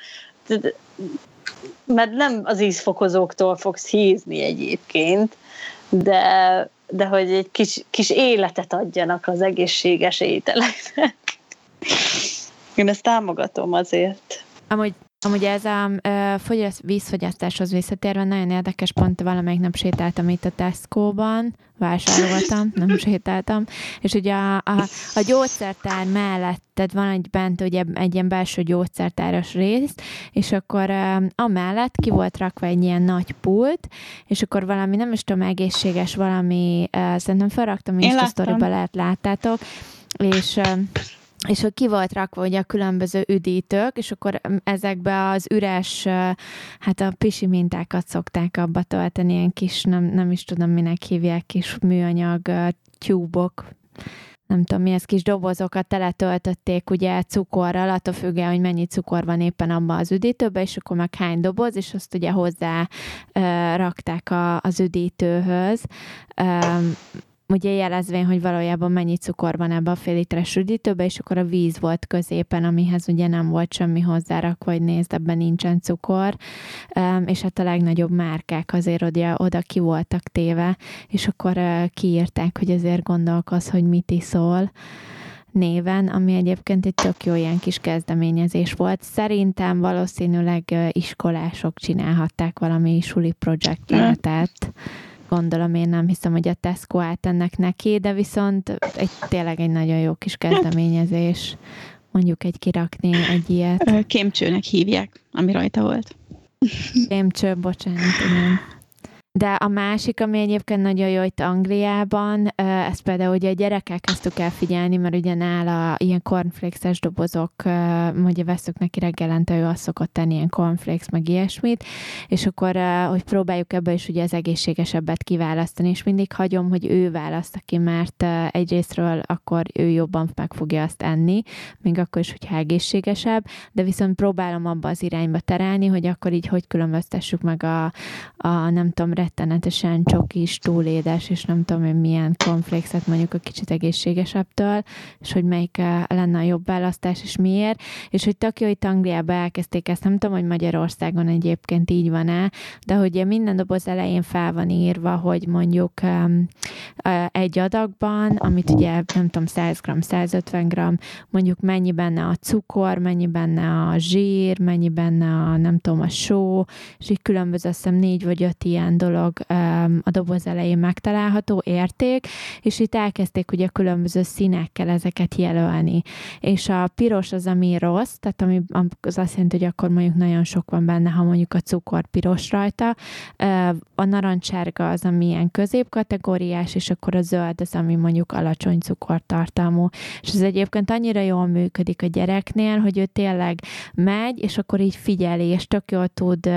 S2: mert nem az ízfokozóktól fogsz hízni egyébként, de, de hogy egy kis, kis életet adjanak az egészséges ételeknek. Én ezt támogatom azért.
S1: Amúgy Amúgy ez a uh, vízfogyasztáshoz visszatérve nagyon érdekes, pont valamelyik nap sétáltam itt a Tesco-ban, vásároltam, nem sétáltam, és ugye a, a, a gyógyszertár mellett, tehát van egy bent ugye egy ilyen belső gyógyszertáros rész, és akkor uh, amellett ki volt rakva egy ilyen nagy pult, és akkor valami, nem is tudom, egészséges valami, uh, szerintem felraktam is a sztoriba, lehet láttátok, és... Uh, és hogy ki volt rakva ugye a különböző üdítők, és akkor ezekbe az üres, hát a pisi mintákat szokták abba tölteni, ilyen kis, nem, nem is tudom minek hívják, kis műanyag tyúbok, nem tudom mi, ez kis dobozokat teletöltötték ugye cukorral, attól függően, hogy mennyi cukor van éppen abban az üdítőben, és akkor meg hány doboz, és azt ugye hozzá uh, rakták a, az üdítőhöz, um, ugye jelezvén, hogy valójában mennyi cukor van ebben a fél literes üdítőben, és akkor a víz volt középen, amihez ugye nem volt semmi hozzárakva, hogy nézd, ebben nincsen cukor, um, és hát a legnagyobb márkák azért oda, oda ki voltak téve, és akkor uh, kiírták, hogy azért gondolkozz, hogy mit iszol, néven, ami egyébként egy tök jó ilyen kis kezdeményezés volt. Szerintem valószínűleg iskolások csinálhatták valami suli projekt lehetett. Gondolom, én nem hiszem, hogy a Tesco állt ennek neki, de viszont egy, tényleg egy nagyon jó kis kezdeményezés. Mondjuk egy kirakni egy ilyet.
S3: Kémcsőnek hívják, ami rajta volt.
S1: Kémcső, bocsánat, igen. De a másik, ami egyébként nagyon jó itt Angliában, ezt például ugye a gyerekek kezdtük el figyelni, mert ugye nála ilyen cornflakes-es dobozok, ugye veszük neki reggelente, ő azt szokott tenni, ilyen cornflakes, meg ilyesmit, és akkor, hogy próbáljuk ebből is ugye az egészségesebbet kiválasztani, és mindig hagyom, hogy ő választ ki, mert egyrésztről akkor ő jobban meg fogja azt enni, még akkor is, hogyha egészségesebb, de viszont próbálom abba az irányba terelni, hogy akkor így hogy különböztessük meg a, a nem tudom, rettenetesen csokis, túlédes, és nem tudom, hogy milyen konflexet mondjuk a kicsit egészségesebbtől, és hogy melyik lenne a jobb választás, és miért. És hogy tök jó, itt Angliában elkezdték ezt, nem tudom, hogy Magyarországon egyébként így van-e, de hogy minden doboz elején fel van írva, hogy mondjuk um, egy adagban, amit ugye nem tudom, száz gramm, százötven gramm, mondjuk mennyi benne a cukor, mennyi benne a zsír, mennyi benne a nem tudom, a só, és így különböző, azt hiszem négy vagy öt ilyen dolog a doboz elején megtalálható érték, és itt elkezdték ugye különböző színekkel ezeket jelölni. És a piros az, ami rossz, tehát ami az azt jelenti, hogy akkor mondjuk nagyon sok van benne, ha mondjuk a cukor piros rajta. A narancssárga az, ami ilyen középkategóriás, és akkor a zöld az, ami mondjuk alacsony cukortartalmú. És ez egyébként annyira jól működik a gyereknél, hogy ő tényleg megy, és akkor így figyeli, és tök jól tud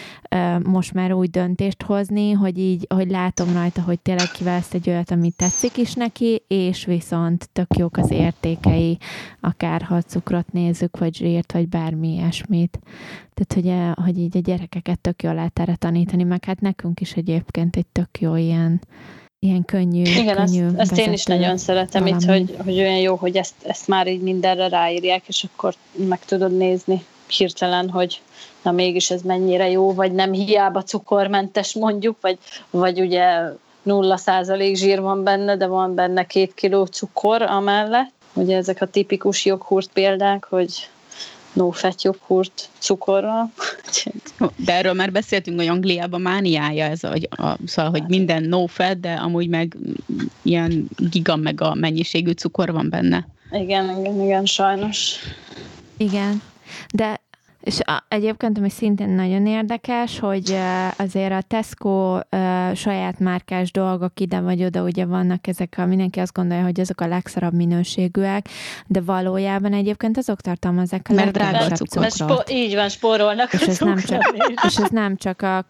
S1: most már úgy döntést hozni, hogy így, hogy látom rajta, hogy tényleg kiválaszt egy olyat, amit tetszik is neki, és viszont tök jók az értékei, akár ha cukrot nézzük, vagy zsírt, vagy bármi ilyesmit. Tehát, hogy, hogy így a gyerekeket tök jól lehet erre tanítani, meg hát nekünk is egyébként egy tök jó ilyen, ilyen könnyű,
S2: igen,
S1: könnyű
S2: ezt, ezt én is nagyon szeretem valami. Itt, hogy, hogy olyan jó, hogy ezt, ezt már így mindenre ráírják, és akkor meg tudod nézni hirtelen, hogy na mégis ez mennyire jó, vagy nem hiába cukormentes mondjuk, vagy, vagy ugye nulla százalék zsír van benne, de van benne két kiló cukor amellett. Ugye ezek a tipikus joghurt példák, hogy no fat joghurt cukorral.
S3: De erről már beszéltünk, hogy Angliában mániája ez, hogy, a, szóval, hogy minden no fat, de amúgy meg ilyen giga mega mennyiségű cukor van benne.
S2: Igen, igen, igen, sajnos.
S1: Igen, de és a, egyébként, ami szintén nagyon érdekes, hogy azért a Tesco uh, saját márkás dolgok ide vagy oda, ugye vannak ezek a, mindenki azt gondolja, hogy ezek a legszarabb minőségűek, de valójában egyébként azok tartalmazzák a legdrágább cukrot.
S2: Spo- így van, spórolnak
S1: és ez, nem csak, és ez nem csak a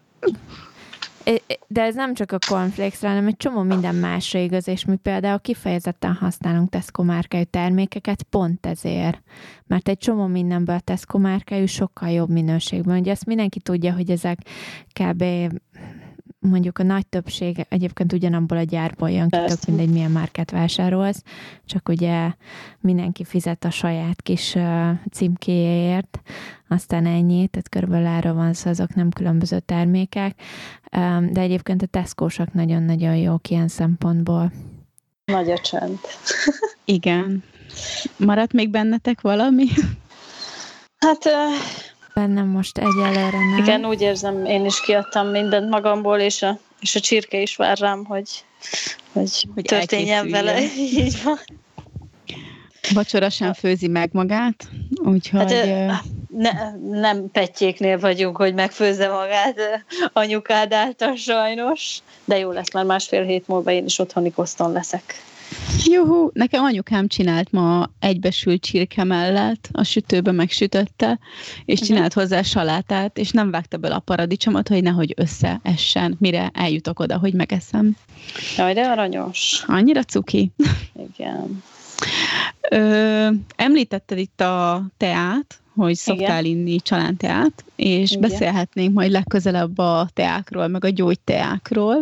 S1: de ez nem csak a cornflakesre, hanem egy csomó minden másra igaz, és mi például kifejezetten használunk Tesco márkájú termékeket pont ezért. Mert egy csomó mindenből a Tesco márkájú sokkal jobb minőségben. Ugye ezt mindenki tudja, hogy ezek kb. Mondjuk a nagy többség egyébként ugyanabból a gyárból jön ki, tök mindegy, milyen márkát vásárolsz, csak ugye mindenki fizet a saját kis uh, címkéjéért, aztán ennyi, tehát körülbelül erről van szó, azok nem különböző termékek, um, de egyébként a Tesco-sak nagyon-nagyon jók ilyen szempontból.
S2: Nagy a csend.
S3: Igen. Maradt még bennetek valami?
S2: Hát... Uh...
S1: Bennem most egyelőre nem.
S2: Igen, úgy érzem, én is kiadtam mindent magamból, és a, és a csirke is vár rám, hogy, hogy, hogy történjen vele. Így van.
S3: Vacsora sem főzi meg magát, úgyhogy... Hát,
S2: ne, nem pettyéknél vagyunk, hogy megfőzze magát anyukád által sajnos, de jó lesz, már másfél hét múlva én is otthoni koszton leszek.
S3: Juhú, nekem anyukám csinált ma egybesült csirke mellett, a sütőbe megsütötte, és csinált uh-huh. hozzá salátát, és nem vágta bele a paradicsomot, hogy nehogy összeessen, mire eljutok oda, hogy megeszem.
S2: Jaj, de aranyos.
S3: Annyira cuki.
S2: Igen.
S3: Ö, említetted itt a teát, hogy szoktál Igen. inni csalánteát, és Igen. beszélhetnénk majd legközelebb a teákról, meg a gyógyteákról,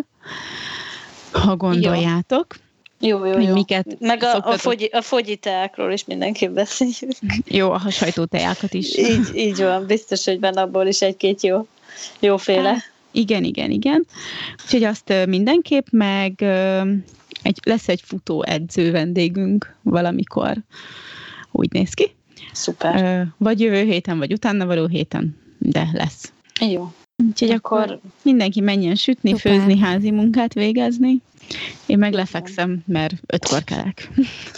S3: ha gondoljátok.
S2: Jó. Jó, jó, jó. Miket meg a, a, fogyi, a fogyi teákról is mindenképp beszéljük.
S3: Jó, a sajtóteákat is.
S2: Így, így van, biztos, hogy van abból is egy-két jó, jóféle.
S3: Hát, igen, igen, igen. Úgyhogy azt mindenképp, meg egy, lesz egy futó edző vendégünk valamikor. Úgy néz ki.
S2: Szuper.
S3: Vagy jövő héten, vagy utána való héten, de lesz.
S2: Jó.
S3: Úgyhogy akkor, akkor mindenki menjen sütni, Szuper. Főzni, házi munkát végezni. Én meg lefekszem, mert ötkor kelek.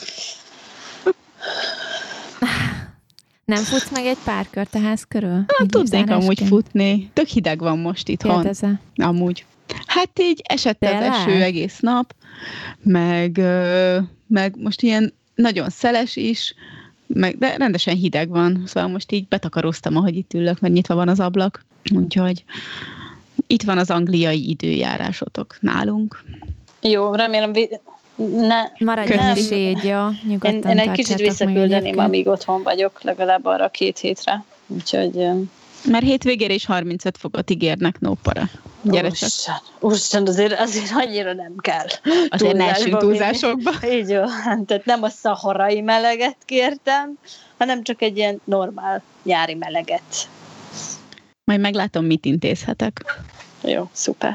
S1: Nem futsz meg egy pár kört a ház körül?
S3: Hát, tudnék amúgy futni. Tök hideg van most itthon.
S1: Kérdeze.
S3: Amúgy. Hát így esett az eső egész nap, meg, meg most ilyen nagyon szeles is, meg, de rendesen hideg van, szóval most így betakaróztam, ahogy itt ülök, mert nyitva van az ablak. Úgyhogy itt van az angliai időjárásotok nálunk.
S2: Jó, remélem, ne,
S1: maradj nem. is így, jó?
S2: Én, én egy kicsit visszaküldeném, amíg otthon vagyok, legalább arra két hétre. Úgyhogy...
S3: Mert hétvégére is harmincöt fokot ígérnek, no para. Gyere csak.
S2: Úristen, azért, azért annyira nem kell.
S3: Azért ne essünk túlzásokba.
S2: Így van, tehát nem a szaharai meleget kértem, hanem csak egy ilyen normál nyári meleget.
S3: Majd meglátom, mit intézhetek.
S2: Jó, szuper.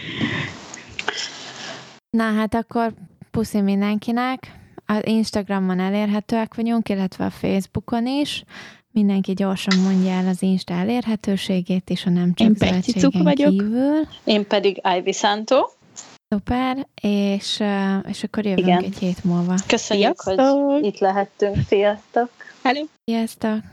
S1: Na hát akkor puszi mindenkinek. Az Instagramon elérhetőek vagyunk, illetve a Facebookon is. Mindenki gyorsan mondja el az Insta elérhetőségét, és a nem csak zöldségen kívül.
S2: Én pedig Ivy Santo.
S1: Szuper, és, és akkor jövünk Igen. egy hét múlva.
S2: Köszönjük, Sziasztok. Hogy itt lehettünk. Sziasztok!
S3: Hello!
S1: Sziasztok!